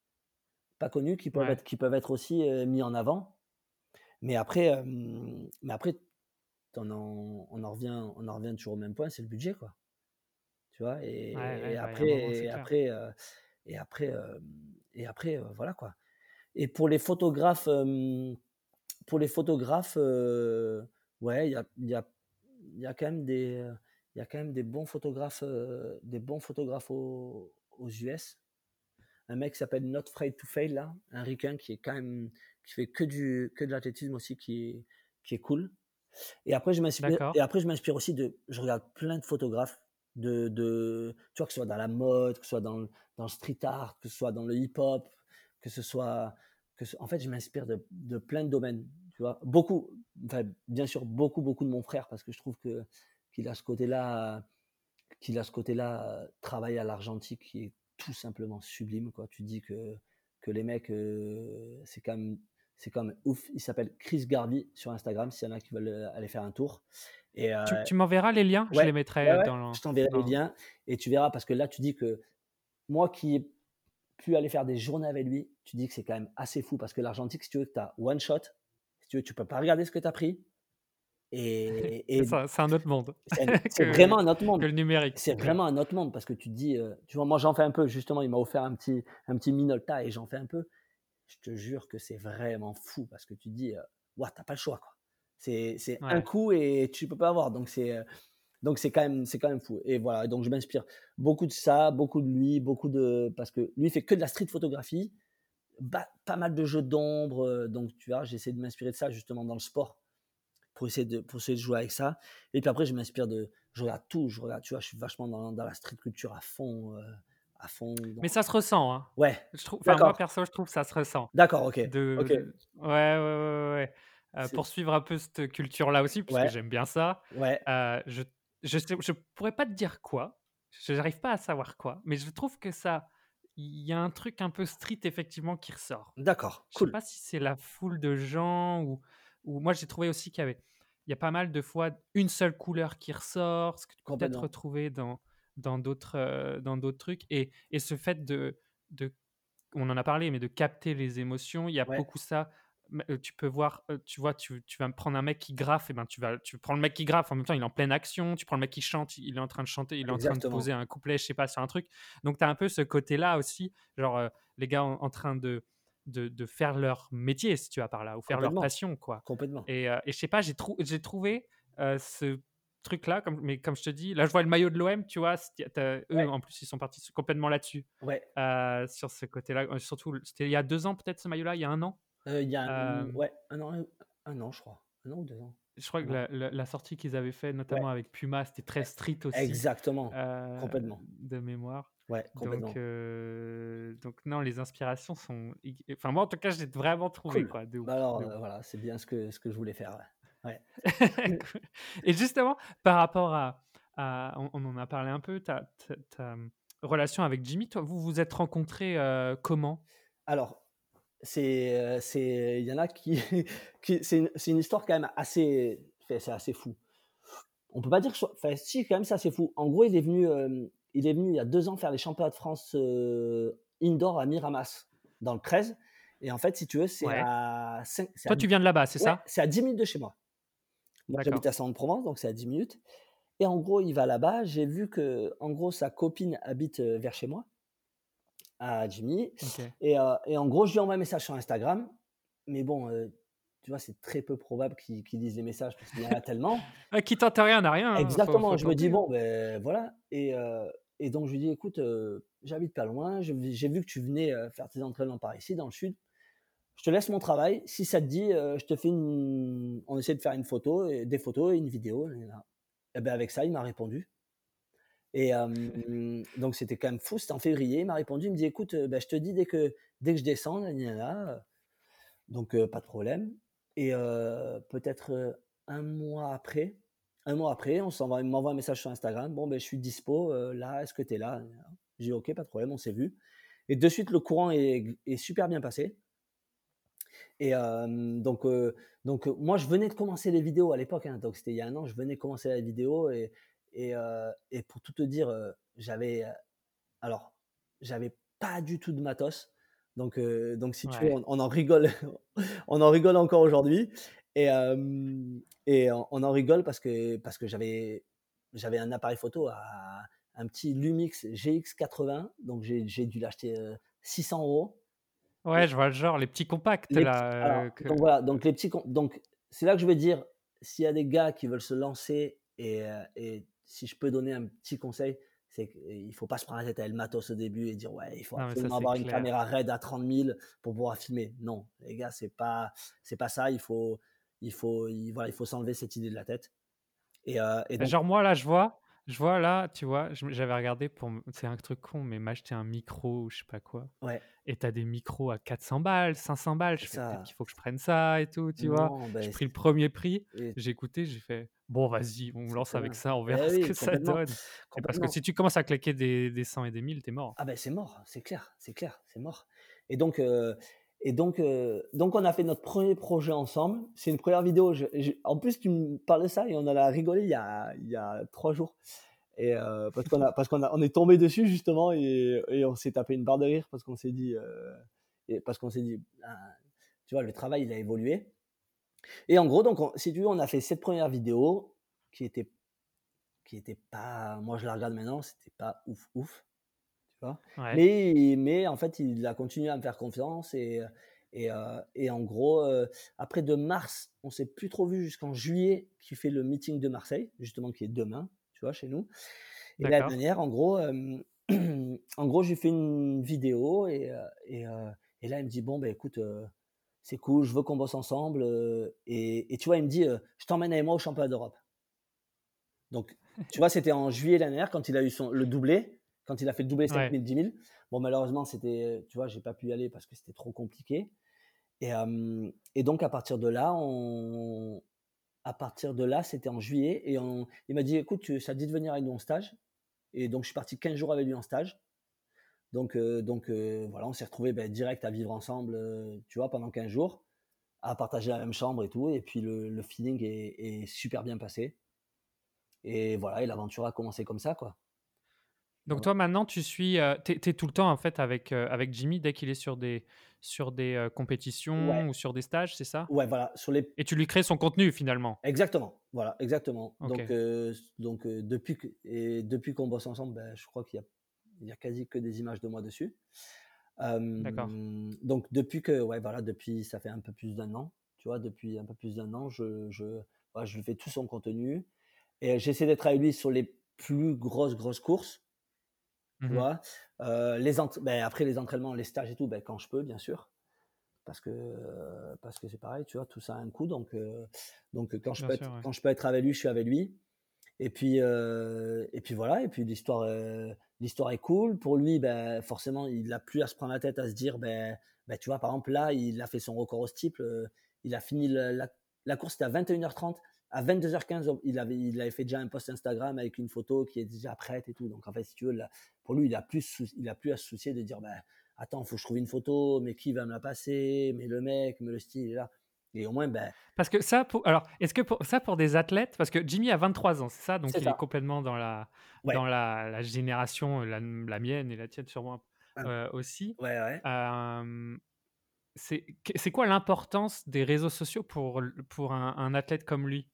Pas connus, qui peuvent Ouais. être qui peuvent être aussi, heu, mis en avant. Mais après, hem, mais après, tu en on en revient on en revient toujours au même point, c'est le budget, quoi. Tu vois? Ouais, Et ouais, et bah, il y a après un moment, c'est et clair. après, heu et après, hem et après, heu, voilà, quoi. Et pour les photographes, hem, pour les photographes, heu, ouais, il y a il y a il y a quand même des, heu, il y a quand même des bons photographes, heu, des bons photographes aux aux U S. Un mec qui s'appelle Not Afraid to Fail là, un ricain qui est quand même qui fait que du que de l'athlétisme aussi, qui est qui est cool. Et après je m'inspire D'accord. et après je m'inspire aussi de je regarde plein de photographes de de tu vois, que ce soit dans la mode, que ce soit dans le dans le street art, que ce soit dans le hip-hop, que ce soit que ce en fait, je m'inspire de de plein de domaines, tu vois? Beaucoup, enfin, bien sûr, beaucoup, beaucoup de mon frère, parce que je trouve que qu'il a ce côté-là qu'il a ce côté-là, heu, travail à l'argentique, qui est tout simplement sublime, quoi. Tu dis que que les mecs, heu, c'est quand même c'est quand même ouf. Il s'appelle Chris Garvey sur Instagram, s'il y en a qui veulent, heu, aller faire un tour. Et heu Tu tu m'enverras les liens? Je ouais, les ouais, mettrai ouais, dans je t'enverrai les dans liens, et tu verras, parce que là, tu dis que moi qui ai pu aller faire des journées avec lui, tu dis que c'est quand même assez fou, parce que l'argentique, si tu veux, tu as one shot, si tu veux, tu peux pas regarder ce que tu as pris, et c'est et ça, c'est un autre monde c'est c'est que vraiment un autre que monde. le numérique, C'est c'est clair. vraiment un autre monde, parce que tu te dis, heu, tu vois, moi j'en fais un peu, justement, il m'a offert un petit un petit Minolta, et j'en fais un peu. Je te jure que c'est vraiment fou, parce que tu te dis, heu: «Waouh, tu as pas le choix, quoi». C'est c'est un Ouais. coup et tu peux pas avoir, donc c'est, heu, donc c'est quand même c'est quand même fou, et voilà, donc je m'inspire beaucoup de ça, beaucoup de lui, beaucoup de parce que lui, il fait que de la street photographie, ba pas mal de jeux d'ombre, heu, donc tu vois, j'essaie de m'inspirer de ça justement dans le sport, pour essayer de pour essayer de jouer avec ça. Et puis après, je m'inspire de je regarde tout, je regarde, tu vois, je suis vachement dans dans la street culture à fond, heu, à fond Mais dans ça se ressent, hein. ouais, Je trouve enfin moi d'accord, perso, je trouve que ça se ressent d'accord, OK, de OK. de ouais, ouais, ouais, ouais, ouais, heu, C'est pour suivre un peu cette culture-là aussi, puisque ouais, j'aime bien ça, ouais, heu, je je sais je pourrais pas te dire quoi, je j'arrive pas à savoir quoi, mais je trouve que ça il y a un truc un peu street effectivement qui ressort. d'accord, Je sais cool, pas si c'est la foule de gens ou ou moi j'ai trouvé aussi qu'il y avait il y a pas mal de fois une seule couleur qui ressort, ce que tu peux peut-être complètement. retrouver dans dans d'autres, heu, dans d'autres trucs et et ce fait de de on en a parlé, mais de capter les émotions, il y a Ouais, beaucoup ça. M heu, tu peux voir, heu, tu vois, tu tu vas me prendre un mec qui graffe et ben, tu vas tu prends le mec qui graffe, en même temps, il est en pleine action. Tu prends le mec qui chante, il est en train de chanter, il est en train de exactement, poser un couplet, je sais pas, sur un truc. Donc tu as un peu ce côté-là aussi, genre, heu, les gars en en train de de de faire leur métier, si tu vas par là, ou faire leur complètement, passion, quoi. complètement. Et heu et je sais pas, j'ai trou j'ai trouvé, heu, ce truc-là, comme mais comme je te dis, là, je vois le maillot de l'O M, tu vois? C tu as eux, Ouais, en plus, ils sont partis s complètement là-dessus, ouais, heu, sur ce côté-là, heu, surtout l c'était il y a deux ans peut-être ce maillot-là? Il y a un an? heu, il y a un Hem, ouais, un an, un an je crois, un an ou deux ans? je crois un que an. la la la sortie qu'ils avaient fait, Ouais, notamment avec Puma, c'était très e street aussi, exactement, heu, complètement. de mémoire. Ouais, Donc complètement. heu, donc non, les inspirations sont ig enfin moi, en tout cas, j'ai vraiment trouvé, Cool. quoi, de Bah, ouf, alors, de heu, ouf. voilà, c'est bien ce que ce que je voulais faire, ouais. Ouais. Cool. Et justement, par rapport à à on on en a parlé un peu, ta ta ta, mmh, relation avec Jimmy, toi, vous vous êtes rencontrés, heu, comment? Alors, c'est, heu, c'est il y en a qui qui c'est une c'est une histoire quand même assez enfin, c'est assez fou. On peut pas dire que ce soit enfin si, quand même, c'est assez fou. En gros, il est venu, hem, il est venu il y a deux ans faire les championnats de France, heu, indoor à Miramas, dans le treize et en fait, si tu veux, c'est Ouais. à cinq c'est à Toi, tu viens de là-bas, c'est ouais, ça? c'est à dix minutes de chez moi. Moi, j'habite D'accord. à Salon-de-Provence, donc c'est à dix minutes et en gros, il va là-bas. J'ai vu que, en gros, sa copine habite, heu, vers chez moi, à Jimmy OK. et heu et en gros, je lui envoie un message sur Instagram, mais bon, heu, tu vois, c'est très peu probable qu'il qu'il lise les messages parce qu'il y en a tellement. Ah, qui tente rien n'a rien, hein, faut faut Exactement, je me dis: tenter, hein. «Bon, beh, voilà» et heu et donc je lui dis: «Écoute, heu, j'habite pas loin, je vi j'ai vu que tu venais, heu, faire tes entraînements par ici, dans le sud. Je te laisse mon travail. Si ça te dit, heu, je te fais une on essaie de faire une photo et des photos et une vidéo» et là et bah, avec ça, il m'a répondu et hem, donc c'était quand même fou, c'était en février. Il m'a répondu, il me dit: «Écoute, heu, bah, je te dis dès que dès que je descends, na ni na na, donc heu, pas de problème et heu, peut-être, heu, un mois après un mois après, on s'envoie il m'envoie un message sur Instagram: «Bon, ben, je suis dispo, heu, là, est-ce que tu es là?» J'ai dit: «OK, pas de problème», on s'est vu et de suite le courant est est super bien passé et hem, donc heu donc heu, moi, je venais de commencer les vidéos à l'époque, hein, donc c'était il y a un an, je venais de commencer la vidéo et et heu et pour tout te dire, heu, j'avais, heu, alors, j'avais pas du tout de matos donc heu, donc si tu veux, Ouais. on on en rigole on en rigole encore aujourd'hui et hem et on on en rigole parce que parce que j'avais j'avais un appareil photo à un petit Lumix G X quatre-vingts donc j'ai j'ai dû l'acheter, heu, six cents euros. Ouais, je vois le genre, les petits compacts Les petits là, alors heu, que donc voilà, donc les petits com donc c'est là que je veux dire, s'il y a des gars qui veulent se lancer et heu et si je peux donner un petit conseil, c'est qu'il faut pas se prendre la tête avec le matos au début et dire: «Ouais, il faut non, mais ça, absolument c'est avoir une clair. caméra RED à trente mille pour pouvoir filmer». Non, les gars, c'est pas c'est pas ça, il faut il faut il voilà, il faut s'enlever cette idée de la tête et heu et Bah, donc genre moi là, je vois je vois là, tu vois, je j'avais regardé pour m c'est un truc con, mais m'acheter un micro ou je sais pas quoi, ouais, et tu as des micros à quatre cents balles, cinq cents balles. c'est Je fais: «Peut-être qu'il ça. faut que je prenne ça et tout», tu vois? Non, J'ai beh, pris le c'est premier prix, et j'ai écouté, j'ai fait: «Bon vas-y, on me c'est lance très avec bien. ça, on verra Eh ce que oui, ça complètement, donne». Et parce que complètement. si tu commences à claquer des des cent et des mille, tu es mort. Ah ben c'est mort, c'est clair, c'est clair, c'est mort et donc heu et donc heu, donc on a fait notre premier projet ensemble. C'est une première vidéo, je je en plus tu me parles de ça et on en a rigolé il y a il y a trois jours et heu, parce qu'on a parce qu'on a on est tombé dessus justement et et on s'est tapé une barre de rire parce qu'on s'est dit, heu et parce qu'on s'est dit: «Ben, tu vois, le travail, il a évolué» et en gros donc on si tu veux, on a fait cette première vidéo qui était qui était pas moi je la regarde maintenant, c'était pas ouf, ouf. Tu vois? Ouais, Mais mais en fait, il a continué à me faire confiance et heu et heu et en gros, heu, après de mars, on s'est plus trop vu jusqu'en juillet, qui fait le meeting de Marseille, justement qui est demain, tu vois, chez nous et l'année d'accord. dernière, en gros, hem, en gros, j'ai fait une vidéo et heu et heu et là, il me dit: «Bon, ben écoute, heu, c'est cool, je veux qu'on bosse ensemble», heu et et tu vois, il me dit, heu: «Je t'emmène avec moi au championnat d'Europe». Donc, tu vois, c'était en juillet l'année dernière quand il a eu son le doublé, quand il a fait le doublé cinq Ouais. mille, dix mille. Bon, malheureusement, c'était, tu vois, j'ai pas pu y aller parce que c'était trop compliqué. Et, hem, et donc, à partir de là, on, à partir de là, c'était en juillet et on, il m'a dit, écoute, tu- ça te dit de venir avec nous en stage. Et donc, je suis parti quinze jours avec lui en stage. Donc, euh, donc euh, voilà, on s'est retrouvés ben, direct à vivre ensemble, euh, tu vois, pendant quinze jours, à partager la même chambre et tout. Et puis, le, le feeling est, est super bien passé. Et voilà, et l'aventure a commencé comme ça, quoi. Donc Voilà. toi maintenant tu suis, heu, tu es tout le temps en fait avec, heu, avec Jimmy dès qu'il est sur des sur des, heu, Ouais, compétitions ou sur des stages, c'est ça? ouais, voilà, sur les Et tu lui crées son contenu finalement? exactement, voilà, exactement. Donc OK, heu, s donc heu, depuis que et depuis qu'on bosse ensemble, bah, je crois qu'il y a il y a quasi que des images de moi dessus. d'accord. Hem, donc depuis que ouais, voilà, depuis ça fait un peu plus d'un an, tu vois? Depuis un peu plus d'un an, je je voilà, je lui fais tout son contenu et j'essaie d'être avec lui sur les plus grosses, grosses courses, tu Mmh. vois? Heu, les ent beh, après les entraînements, les stages et tout, beh, quand je peux, bien sûr. Parce que, heu, parce que c'est pareil, tu vois? Tout ça a un coût donc heu, donc heu, quand je Bien peux sûr, être ouais. quand je peux être avec lui, je suis avec lui et puis, heu et puis voilà et puis l'histoire, heu, l'histoire est cool. Pour lui, ben, forcément, il a plus à se prendre la tête à se dire, ben ben, tu vois? Par exemple, là, il a fait son record au steeple, heu, il a fini le la la course, c'était à vingt et une heures trente. À vingt-deux heures quinze, il avait il avait fait déjà un post Instagram avec une photo qui est déjà prête et tout. Donc en fait, si tu veux, là, pour lui, il a plus sou il a plus à se soucier de dire: «Ben, attends, faut que je trouve une photo, mais qui va me la passer? Mais le mec, mais le style est là». Et au moins, ben Parce que ça pour alors est-ce que pour ça pour des athlètes parce que Jimmy a vingt-trois ans, c'est ça? Donc c'est il est ça. complètement dans la Ouais. dans la la génération, la la mienne et la tienne sûrement, Hein. heu, aussi. Ouais, ouais. Hem, c'est qu c'est quoi l'importance des réseaux sociaux pour l pour un un athlète comme lui?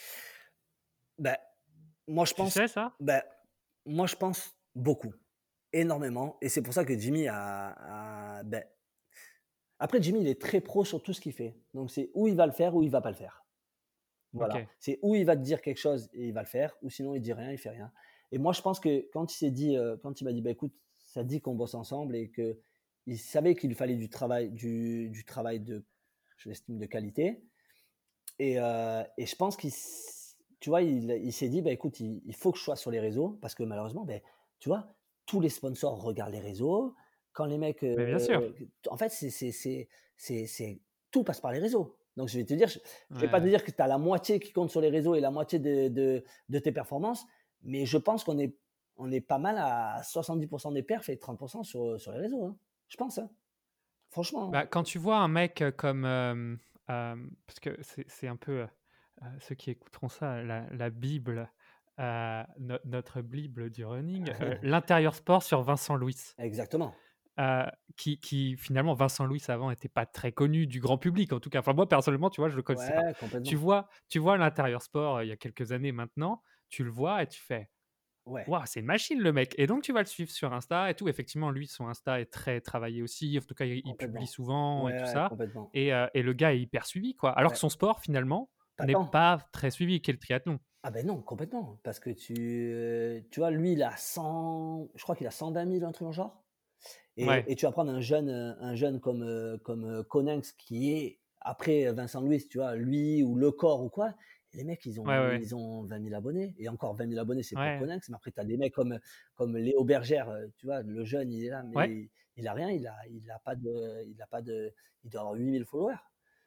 Ben, moi je Tu pense sais ça? ben, moi je pense beaucoup, énormément et c'est pour ça que Jimmy a a beh, après Jimmy, il est très pro sur tout ce qu'il fait. Donc c'est ou il va le faire ou il va pas le faire. Voilà. OK. C'est ou il va te dire quelque chose et il va le faire ou sinon il dit rien, il fait rien. Et moi je pense que quand il s'est dit, heu, quand il m'a dit: «Bah écoute, ça te dit qu'on bosse ensemble» et qu'il savait qu'il lui fallait du travail du du travail de je l'estime de qualité. Et, heu, et je pense qu'il s tu vois, il il s'est dit: «Bah, écoute, il il faut que je sois sur les réseaux» parce que malheureusement, beh, tu vois, tous les sponsors regardent les réseaux. Quand les mecs, heu, Mais bien sûr. en fait, c'est c'est c'est c'est c'est tout passe par les réseaux. Donc je vais te dire, je Ouais, je vais pas te ouais. dire que tu as la moitié qui compte sur les réseaux et la moitié de de de tes performances, mais je pense qu'on est on est pas mal à soixante-dix des perfs et trente sur, sur les réseaux, hein. Je pense, hein. Franchement, Bah, quand tu vois un mec, heu, comme, hem, hem, parce que c'est c'est un peu, heu heu, ceux qui écouteront ça, la la bible, heu, no notre bible du running, heu, hein. l'Intérieur Sport sur Vincent Louis, Exactement. heu, qui qui finalement Vincent Louis avant était pas très connu du grand public en tout cas. Enfin moi personnellement, tu vois, je le connaissais pas. Ouais, Tu complètement. vois tu vois l'Intérieur Sport, heu, il y a quelques années maintenant, tu le vois et tu fais: Ouais, «Waouh, c'est une machine le mec» et donc tu vas le suivre sur Insta et tout. Effectivement, lui, son Insta est très travaillé aussi. En tout cas, il il publie complètement. souvent et Ouais, tout ouais, ça complètement. et heu et le gars est hyper suivi, quoi. Alors que Ouais, son sport, finalement, pas n'est tant. pas très suivi, qui est le triathlon. Ah ben non, complètement. Parce que tu, heu, tu vois, lui, il a cent je crois qu'il a cent vingt mille un truc dans le genre. Et Ouais, et tu vas prendre un jeune, heu, un jeune comme, heu, comme, heu, Coninx qui est après, heu, Vincent Louis, tu vois? Lui ou Lecor ou quoi, et les mecs, ils ont ouais, ouais, ouais. ils ont vingt mille abonnés et encore vingt mille abonnés, c'est pour Ouais, Coninx, mais après tu as des mecs comme, comme Léo Bergère, heu, tu vois? Le jeune, il est là, ouais mais il a rien, il a il a pas de il a pas de il doit avoir huit mille followers.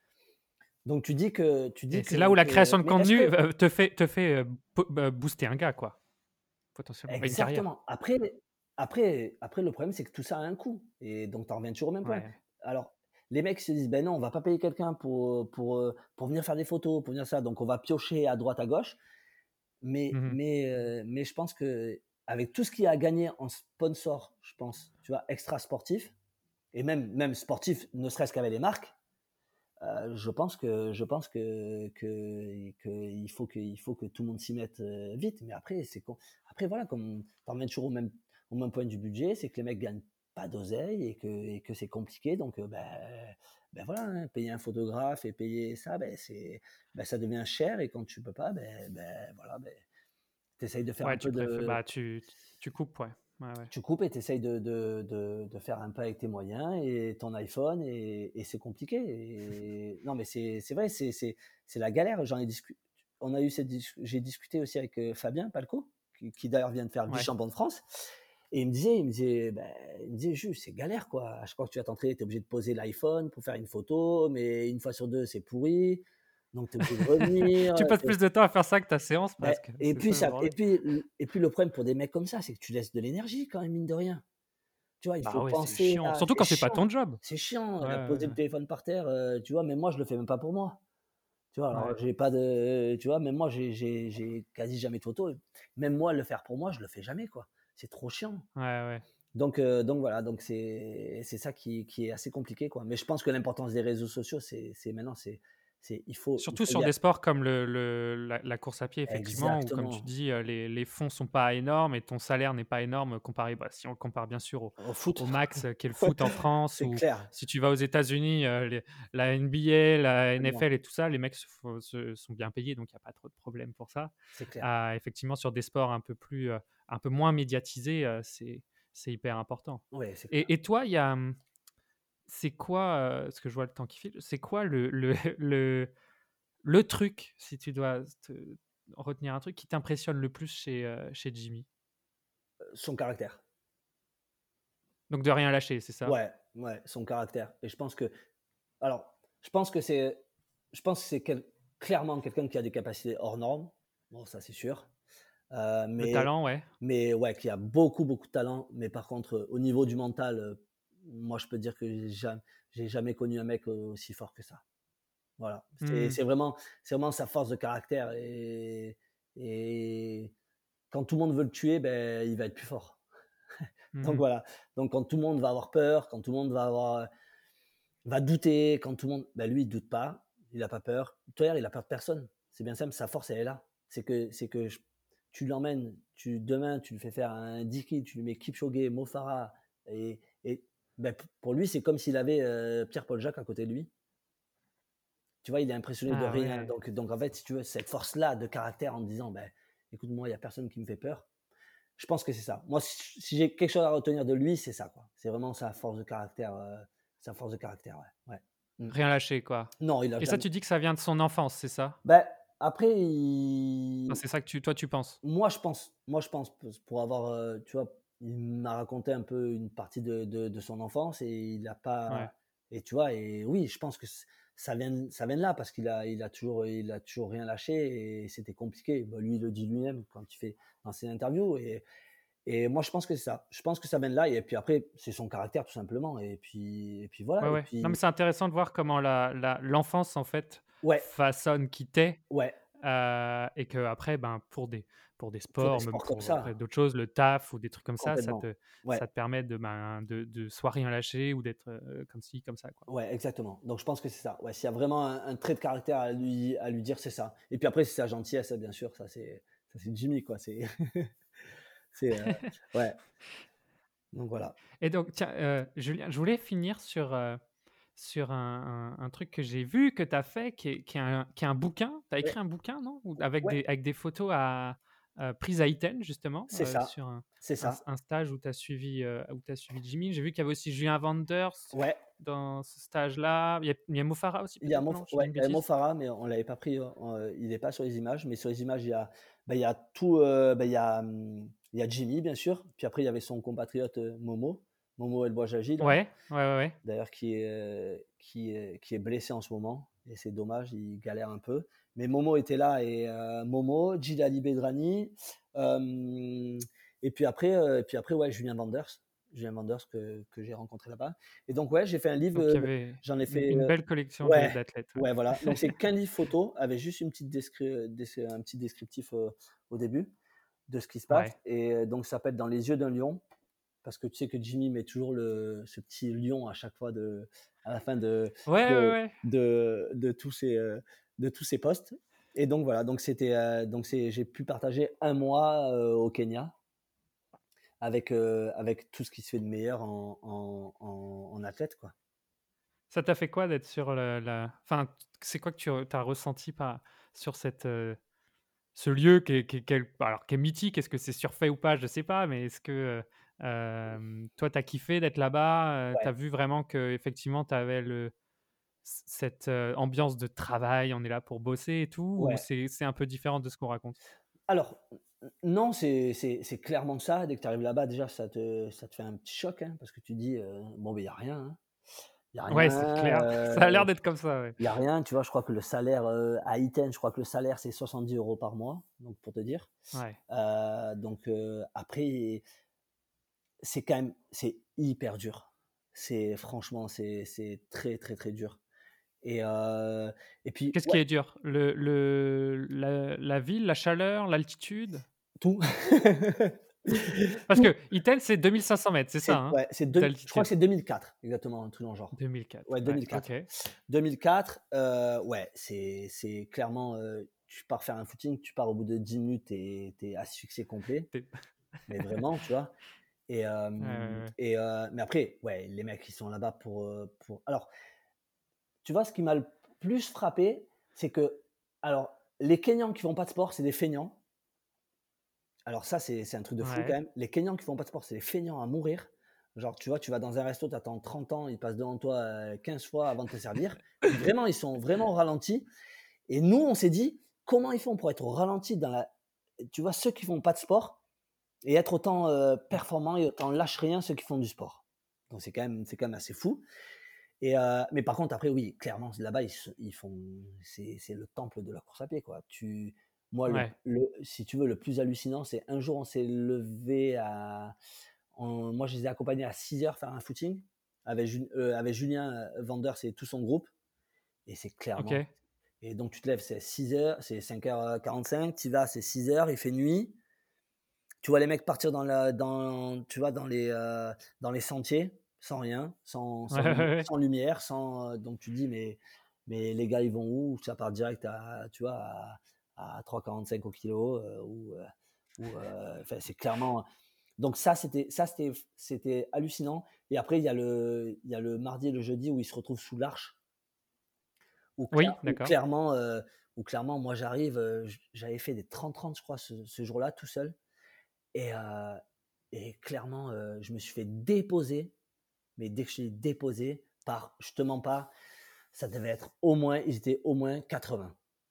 Donc tu dis que tu et dis que c'est là où la que création de mais est-ce contenu, que heu, te fait te fait, heu, po bah, booster un gars, quoi, potentiellement et une carrière. exactement. Après après après le problème, c'est que tout ça a un coût et donc tu en reviens toujours au même point. Ouais. Alors, les mecs se disent: «Ben non, on va pas payer quelqu'un pour, pour, heu, pour venir faire des photos, pour venir ça, donc on va piocher à droite, à gauche». Mais Mmh. mais heu, mais je pense qu'avec tout ce qu'il y a à gagner en sponsor, je pense, tu vois, extra sportif et même même sportif, ne serait-ce qu'avec les marques, heu, je pense que je pense que que qu'il faut que il faut que tout le monde s'y mette, heu, vite. Mais après, c'est con après voilà, comme tu en reviens toujours au même au même point du budget, c'est que les mecs gagnent pas d'oseille et que et que c'est compliqué donc heu, beh beh, voilà, hein, payer un photographe et payer ça, beh, c'est beh, ça devient cher et quand tu peux pas, beh beh, voilà, beh, tu essayes de faire Ouais, un tu peu préfères de bah, tu tu coupes, ouais. Ouais, ouais. tu coupes et tu essayes de de de de faire un peu avec tes moyens et ton iPhone et et c'est compliqué et non, mais c'est c'est vrai, c'est c'est c'est la galère. J'en ai discu on a eu cette dis j'ai discuté aussi avec, heu, Fabien Palko, qui qui d'ailleurs vient de faire Ouais. vice-champion de France et il me disait il me disait, bah, il me disait: «Jules, c'est galère, quoi. À chaque fois que tu vas t'entraîner, tu es obligé de poser l'iPhone pour faire une photo, mais une fois sur deux c'est pourri, donc tu es obligé de revenir, Tu passes tu plus de temps à faire ça que ta séance bah, presque, et c'est puis ça le ça et problème. puis l et puis le problème pour des mecs comme ça, c'est que tu laisses de l'énergie quand même, mine de rien. Tu vois, il faut Bah, ouais, c'est penser chiant, à surtout c'est quand c'est pas chiant, ton job. c'est chiant, Ouais, heu, ouais, poser le ouais. téléphone par terre, heu, tu vois? Même moi, je le fais même pas pour moi. Tu vois? Alors Ouais. j'ai pas de tu vois? Même moi, j'ai j'ai j'ai quasi jamais de photos. Même moi, le faire pour moi, je le fais jamais, quoi. c'est trop chiant. Ouais, ouais. Donc, heu, donc voilà, donc c'est c'est ça qui qui est assez compliqué, quoi. Mais je pense que l'importance des réseaux sociaux, c'est c'est maintenant, c'est c'est il faut il Surtout faut sur y a des sports comme le le la la course à pied effectivement, où comme tu exactement. dis, heu, les les fonds sont pas énormes et ton salaire n'est pas énorme comparé, bah, si on le compare bien sûr au Au foot, au max, heu, qu'est le foot en France, c'est ou clair, si tu vas aux États-Unis, heu, les la N B A, la totalement, N F L et tout ça, les mecs se font se sont bien payés, donc il y a pas trop de problème pour ça. c'est clair. Heu, effectivement sur des sports un peu plus, heu, un peu moins médiatisés, heu, c'est c'est hyper important. Ouais, c'est clair. Et et toi, il y a, mmh, c'est quoi, heu, parce que je vois le temps qui file, c'est quoi le le le le truc, si tu dois te retenir un truc qui t'impressionne le plus chez, heu, chez Jimmy? Son caractère. Donc de rien lâcher, c'est ça? Ouais, ouais, son caractère et je pense que alors, je pense que c'est je pense que c'est quel clairement quelqu'un qui a des capacités hors normes. Bon, ça, c'est sûr. Heu, Le mais talent, ouais. mais ouais, qui a beaucoup, beaucoup de talent. Mais par contre, heu, au niveau du mental, heu, moi, je peux dire que j'ai jam j'ai jamais connu un mec, heu, aussi fort que ça. Voilà. C'est Mmh. c'est vraiment c'est vraiment sa force de caractère et et quand tout le monde veut le tuer, beh, il va être plus fort. Mmh Donc mh. voilà. Donc quand tout le monde va avoir peur, quand tout le monde va avoir, va douter, quand tout le monde bah, lui, il doute pas, il a pas peur. D'ailleurs, il a peur de personne. C'est bien simple, sa force, elle est là. C'est que c'est que j tu l'emmènes, tu demain, tu lui fais faire un dix kills, tu lui mets Kipchoge, Mo Farah et et bah, p pour lui, c'est comme s'il avait, heu, Pierre-Paul Jacques à côté de lui. Tu vois, il est impressionné de Ah rien. ouais. Donc donc en fait, si tu veux, cette force-là de caractère en me disant: «Beh, écoute, moi, il y a personne qui me fait peur». Je pense que c'est ça. Moi, si si j'ai quelque chose à retenir de lui, c'est ça, quoi. C'est vraiment sa force de caractère, heu, sa force de caractère, ouais, ouais. Mmh. Rien lâcher, quoi. Non, il a Et ça, jamais tu dis que ça vient de son enfance, c'est ça? bah, après Enfin, il c'est ça que tu toi, tu penses? moi, je pense moi, je pense p pour avoir, heu, tu vois, il m'a raconté un peu une partie de de de son enfance et il a Ouais. pas et tu vois? Et oui, je pense que ç ça vient de ça vient de là parce qu'il a il a toujours il a toujours rien lâché et c'était compliqué. Bah, lui, il le dit lui-même quand il fait dans ses interviews et et moi, je pense que c'est ça. Je pense que ça vient de là et puis après, c'est son caractère tout simplement et puis et puis voilà Ouais, et ouais. Non, mais puis c'est intéressant de voir comment la la l'enfance, en fait, ouais, façonne qui tu es, ouais, heu et qu'après, ben, pour des pour des pour des sports, même sports comme pour après ça, d'autres choses, le taf ou des trucs comme ça, ça complètement. te Ouais. ça te permet de, ben, de de soit rien lâcher ou d'être, heu, comme ci, comme ça, quoi. Ouais, exactement. Donc je pense que c'est ça. Ouais, s'il y a vraiment un, un trait de caractère à lui, à lui dire, c'est ça. Et puis après, c'est sa gentillesse, bien sûr. Ça, c'est, ça, c'est Jimmy, quoi. C'est, c'est, euh, ouais. Donc voilà. Et donc tiens, heu, Julien, je voulais finir sur, heu, sur un un un truc que j'ai vu que tu as fait qui est qui est un qui est un bouquin. Tu as Ouais, écrit un bouquin, non? Ou avec ouais, des avec des photos à heu, prises à Iten justement, c'est heu, ça. sur un C'est un s ça. un stage où tu as suivi, heu, où tu as suivi Jimmy. J'ai vu qu'il y avait aussi Julien Vanders Ouais. dans ce stage-là. Il y a il y a Mo Farah aussi Il y a peut-être? Mo, Non, je dis ouais, une il y a Mo bêtise? Farah, mais on l'avait pas pris. euh, euh, il n'est pas sur les images, mais sur les images, il y a, bah, il y a tout. euh, bah, il y a, hum, il y a Jimmy, bien sûr. Puis après, il y avait son compatriote euh, Momo, Momo El Bouajaji, là. Ouais, ouais, ouais, ouais. D'ailleurs qui est, heu, qui est qui est blessé en ce moment et c'est dommage, il galère un peu. Mais Momo était là et heu, Momo, Djilali Bedrani, hem et puis après, heu, et puis après, ouais, Julien Vanders. Julien Vanders que que j'ai rencontré là-bas et donc ouais, j'ai fait un livre, Donc heu, il y avait j'en ai une fait, une heu belle collection de ouais, d'athlètes, ouais, voilà. Donc c'est ouais. qu'un livre photo avec juste une petite descri des un petit descriptif, heu, au début de ce qui se passe Ouais. et heu, donc ça s'appelle «Dans les yeux d'un lion». Parce que tu sais que Jimmy met toujours le, ce petit lion à chaque fois de, à la fin de, Ouais, ouais, de, ouais. de, de tous ces, euh, de tous ces posts. Et donc voilà, donc c'était, euh, donc c'est, j'ai pu partager un mois euh, au Kenya avec, euh, avec tout ce qui se fait de meilleur en, en, en, en athlète, quoi. Ça t'a fait quoi d'être sur le la enfin, c'est quoi que tu as ressenti par sur cette, heu, ce lieu qui est qui est quel alors qui est mythique? Est-ce que c'est surfait ou pas? Je sais pas, mais est-ce que, heu, hem, toi, tu as kiffé d'être là-bas? Heu, tu Ouais. as vu vraiment qu'effectivement tu avais le c cette, heu, ambiance de travail, on est là pour bosser et tout, ou Ouais. c'est c'est un peu différent de ce qu'on raconte? Alors, n- non, c'est, c'est, c'est clairement ça. Dès que tu arrives là-bas, déjà, ça te, ça te fait un petit choc, hein, parce que tu dis, euh, bon, ben, il n'y a rien, hein. Il n'y a Ouais, c'est rien. clair, ça a euh, l'air d'être comme ça, ouais. Il y a rien, tu vois? Je crois que le salaire, heu, à Iten, je crois que le salaire, c'est soixante-dix euros par mois, donc pour te dire. Ouais. Heu, donc heu, après, c'est quand même c'est hyper dur. C'est franchement, c'est c'est très, très, très dur et heu et puis Qu'est-ce qui ouais, est dur? Le le la la ville, la chaleur, l'altitude? tout. Parce Tout que Iten, c'est deux mille cinq cents mètres, c'est ça, c'est hein, ouais, c'est deux je crois d'altitude? que c'est deux mille quatre exactement, un truc dans le genre. deux mille quatre, Ouais, ouais, deux mille quatre. OK. deux mille quatre, heu, ouais, c'est c'est clairement, heu, tu pars faire un footing, tu pars au bout de dix minutes, tu es asphyxié complet, Tu mais vraiment, tu vois? Et Ouais, ouais, hem ouais. et heu, mais après, ouais, les mecs, ils sont là-bas pour, heu, pour alors, tu vois, ce qui m'a le plus frappé, c'est que alors, les Kenyans qui font pas de sport, c'est des feignants. Alors ça, c'est c'est un truc de fou quand Ouais. même. Les Kenyans qui font pas de sport, c'est des feignants à mourir. Genre, tu vois, tu vas dans un resto, tu attends trente ans, ils passent devant toi, heu, quinze fois avant de te servir. Vraiment, ils sont vraiment au ralenti et nous, on s'est dit: «Comment ils font pour être au ralenti dans la» tu vois, ceux qui font pas de sport et être autant, heu, performants et autant lâche rien, ceux qui font du sport. Donc c'est quand même c'est quand même assez fou et heu, mais par contre après oui, clairement là-bas ils se ils font c'est c'est le temple de la course à pied quoi. Tu moi le Ouais. le si tu veux le plus hallucinant, c'est un jour on s'est levé à on moi je les ai accompagnés à six heures faire un footing avec Ju heu, avec Julien, heu, Vanders et tout son groupe et c'est clairement OK. et donc tu te lèves, c'est six heures, c'est cinq heures quarante-cinq, tu y vas, c'est six heures, il fait nuit. Tu vois les mecs partir dans la dans tu vois dans les, heu, dans les sentiers, sans rien, sans Ouais, sans ouais, lumi ouais. sans lumière, sans, heu, donc tu te dis: «Mais mais les gars, ils vont où?» Ça part direct à tu vois à à trois quarante-cinq au kilo, heu, ou, heu, ou, heu, enfin c'est clairement donc ça c'était ça c'était c'était hallucinant et après il y a le il y a le mardi et le jeudi où ils se retrouvent sous l'Arche, où clair Oui, où d'accord. clairement, heu, où clairement moi j'arrive, heu, j j'avais fait des trente trente je crois ce ce jour-là tout seul. Et, heu et clairement, heu, je me suis fait déposer, mais dès que je suis déposé par je te mens pas, ça devait être au moins ils étaient au moins quatre-vingts.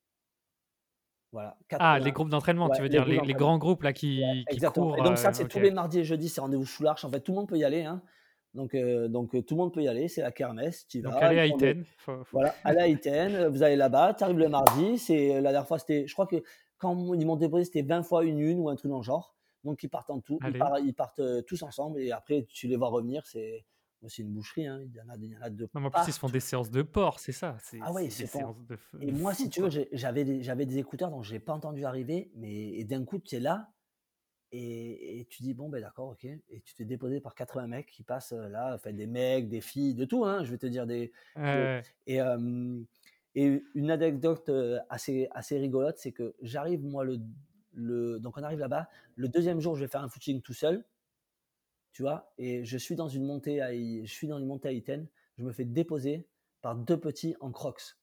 Voilà, Ah, les quatre-vingts. groupes d'entraînement, Ouais, tu veux les dire groupes les les d'entraînement. grands groupes là Ouais, qui qui exactement et courent, donc ça, heu, c'est OK. tous les mardis et jeudis, c'est rendez-vous sous l'Arche. En fait, tout le monde peut y aller, hein. Donc heu donc heu, tout le monde peut y aller, c'est la kermesse, tu y Donc vas, aller ils à font des Iten, faut faut voilà, allez à Iten, heu, vous allez là-bas, tu arrives le mardi, c'est la dernière fois, c'était je crois que quand ils m'ont déposé, c'était vingt fois une une ou un truc dans le genre. Donc ils partent en tout ils allez. partent ils partent, heu, tous ensemble et après tu les vois revenir, c'est bah, c'est une boucherie, hein. Il y en a il y en a de Non, mais en plus, ils se font partout. des séances de porc, c'est ça, c'est Ah ouais, ils c'est des se font séances de f et de moi, fou, si tu veux, quoi. j'ai j'avais des j'avais des écouteurs, donc j'ai pas entendu arriver, mais et d'un coup, tu es là et et tu dis: «Bon, ben d'accord, OK» et tu te fais déposer par quatre-vingts mecs qui passent, heu, là, enfin des mecs, des filles, de tout, hein, je vais te dire des Ouais, des ouais, et hem et une anecdote, heu, assez assez rigolote, c'est que j'arrive moi le le donc on arrive là-bas, le deuxième jour, je vais faire un footing tout seul, tu vois? Et je suis dans une montée à I je suis dans une montée à Iten, je me fais déposer par deux petits en Crocs.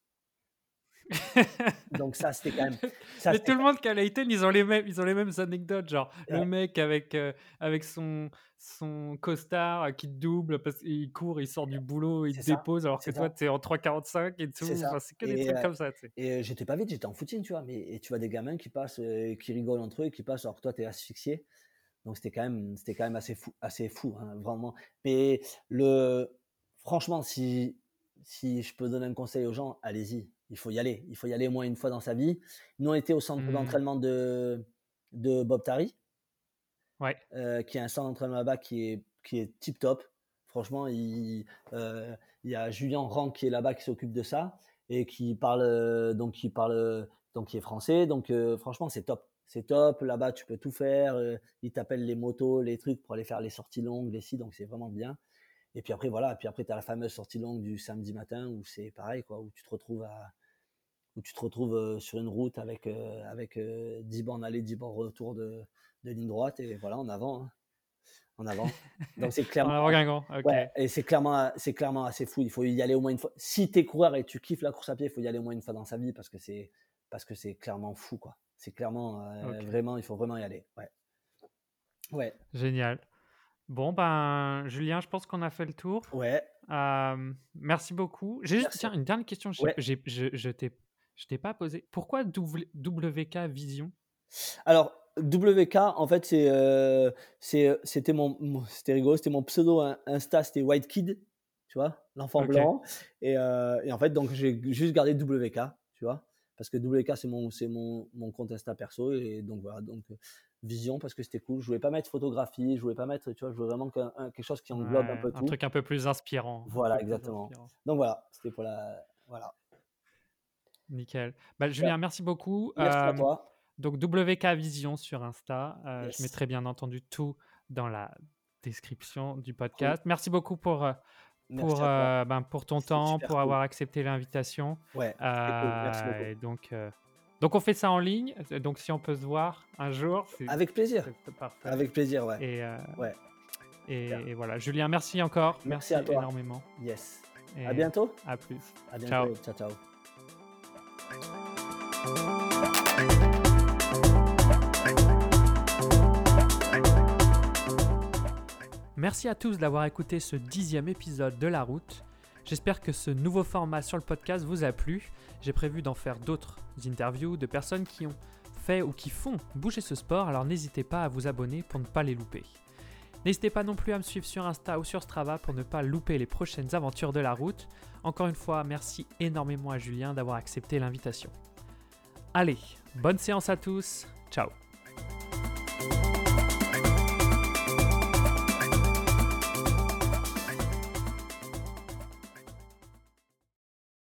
Donc ça, c'était quand même ça, mais c'était tout le monde qui est à l'A-Ten, ils ont les mêmes ils ont les mêmes anecdotes, genre le ouais, mec avec, heu, avec son son costard, heu, qui te double parce qu'il court, il sort du boulot, il c'est te ça, dépose alors que c'est toi, ça. tu es en trois quarante-cinq et C'est tout, ça enfin, c'est que des et trucs heu comme ça, tu sais? et heu, j'étais pas vite, j'étais en footing, tu vois? Mais et tu vois des gamins qui passent, heu, qui rigolent entre eux et qui passent alors que toi tu es asphyxié. Donc c'était quand même c'était quand même assez fou assez fou, hein, vraiment. Mais le franchement, si si je peux donner un conseil aux gens, allez-y, il faut y aller. Il faut y aller au moins une fois dans sa vie. Nous, on était au centre Mmh, d'entraînement de de Bob Tari, ouais. heu, qui est un centre d'entraînement là-bas qui est qui est tip top. Franchement, il, heu, il y a Julien Rank qui est là-bas, qui s'occupe de ça et qui parle, heu, donc qui parle, heu, donc qui est français. Donc heu, franchement, c'est top. C'est top. Là-bas, tu peux tout faire, heu, ils t'appellent les motos, les trucs pour aller faire les sorties longues, les ci, donc c'est vraiment bien. Et puis après, voilà, et puis après, tu as la fameuse sortie longue du samedi matin où c'est pareil, quoi, où tu te retrouves à où tu te retrouves, heu, sur une route avec, heu, avec, heu, dix bornes aller, dix bornes retour de de ligne droite et voilà, en avant, hein, en avant. Donc c'est En clairement avant Guingamp, OK. ouais et c'est clairement c'est clairement assez fou. Il faut y aller au moins une fois. Si tu es coureur et tu kiffes la course à pied, il faut y aller au moins une fois dans sa vie parce que c'est parce que c'est clairement fou, quoi. C'est clairement, heu, OK, vraiment, il faut vraiment y aller. Ouais. Ouais. génial. Bon, ben, Julien, je pense qu'on a fait le tour. Ouais. Hem, merci beaucoup. J'ai juste Merci à tiens, une dernière question, j'ai ouais. j'ai je je t'ai je t'ai pas posé. Pourquoi double W K Vision? Alors W K, en fait, c'est, heu, c'est, heu, c'était mon mon c'était rigolo, c'était mon pseudo in Insta, c'était White Kid, tu vois? L'enfant OK. blanc et heu et en fait, donc j'ai juste gardé W K, tu vois? Parce que W K, c'est mon c'est mon mon compte Insta perso et donc voilà, donc heu, Vision parce que c'était cool. Je voulais pas mettre photographie, je voulais pas mettre tu vois? Je voulais vraiment qu'un un quelque chose qui englobe un Ouais, peu un tout. truc un peu plus inspirant, un Voilà, peu plus exactement. inspirant. Donc voilà, c'était pour la voilà. Nickel. Bah, Bah, Julien, merci beaucoup. merci à Hem, toi. Donc W K Vision sur Insta. Euh, Yes. Je mettrai bien entendu tout dans la description du Cool. podcast. Merci beaucoup pour, euh, Merci pour, à toi. euh, ben, pour ton C'était temps, super pour cool. avoir accepté l'invitation. Ouais, c'était cool. Merci Euh, beaucoup. et donc, euh, donc, on fait ça en ligne. Donc, si on peut se voir un jour, c'est Avec plaisir. c'est- c'est parfait. Avec plaisir, ouais. Et, euh, Ouais. et, Super. et voilà. Julien, merci encore. Merci à toi. énormément. Yes. Et À bientôt. à plus. À Ciao. bientôt. Ciao, ciao. Merci à tous d'avoir écouté ce dixième épisode de La Route. J'espère que ce nouveau format sur le podcast vous a plu. J'ai prévu d'en faire d'autres interviews de personnes qui ont fait ou qui font bouger ce sport, alors n'hésitez pas à vous abonner pour ne pas les louper. N'hésitez pas non plus à me suivre sur Insta ou sur Strava pour ne pas louper les prochaines aventures de La Route. Encore une fois, merci énormément à Julien d'avoir accepté l'invitation. Allez, bonne séance à tous, ciao.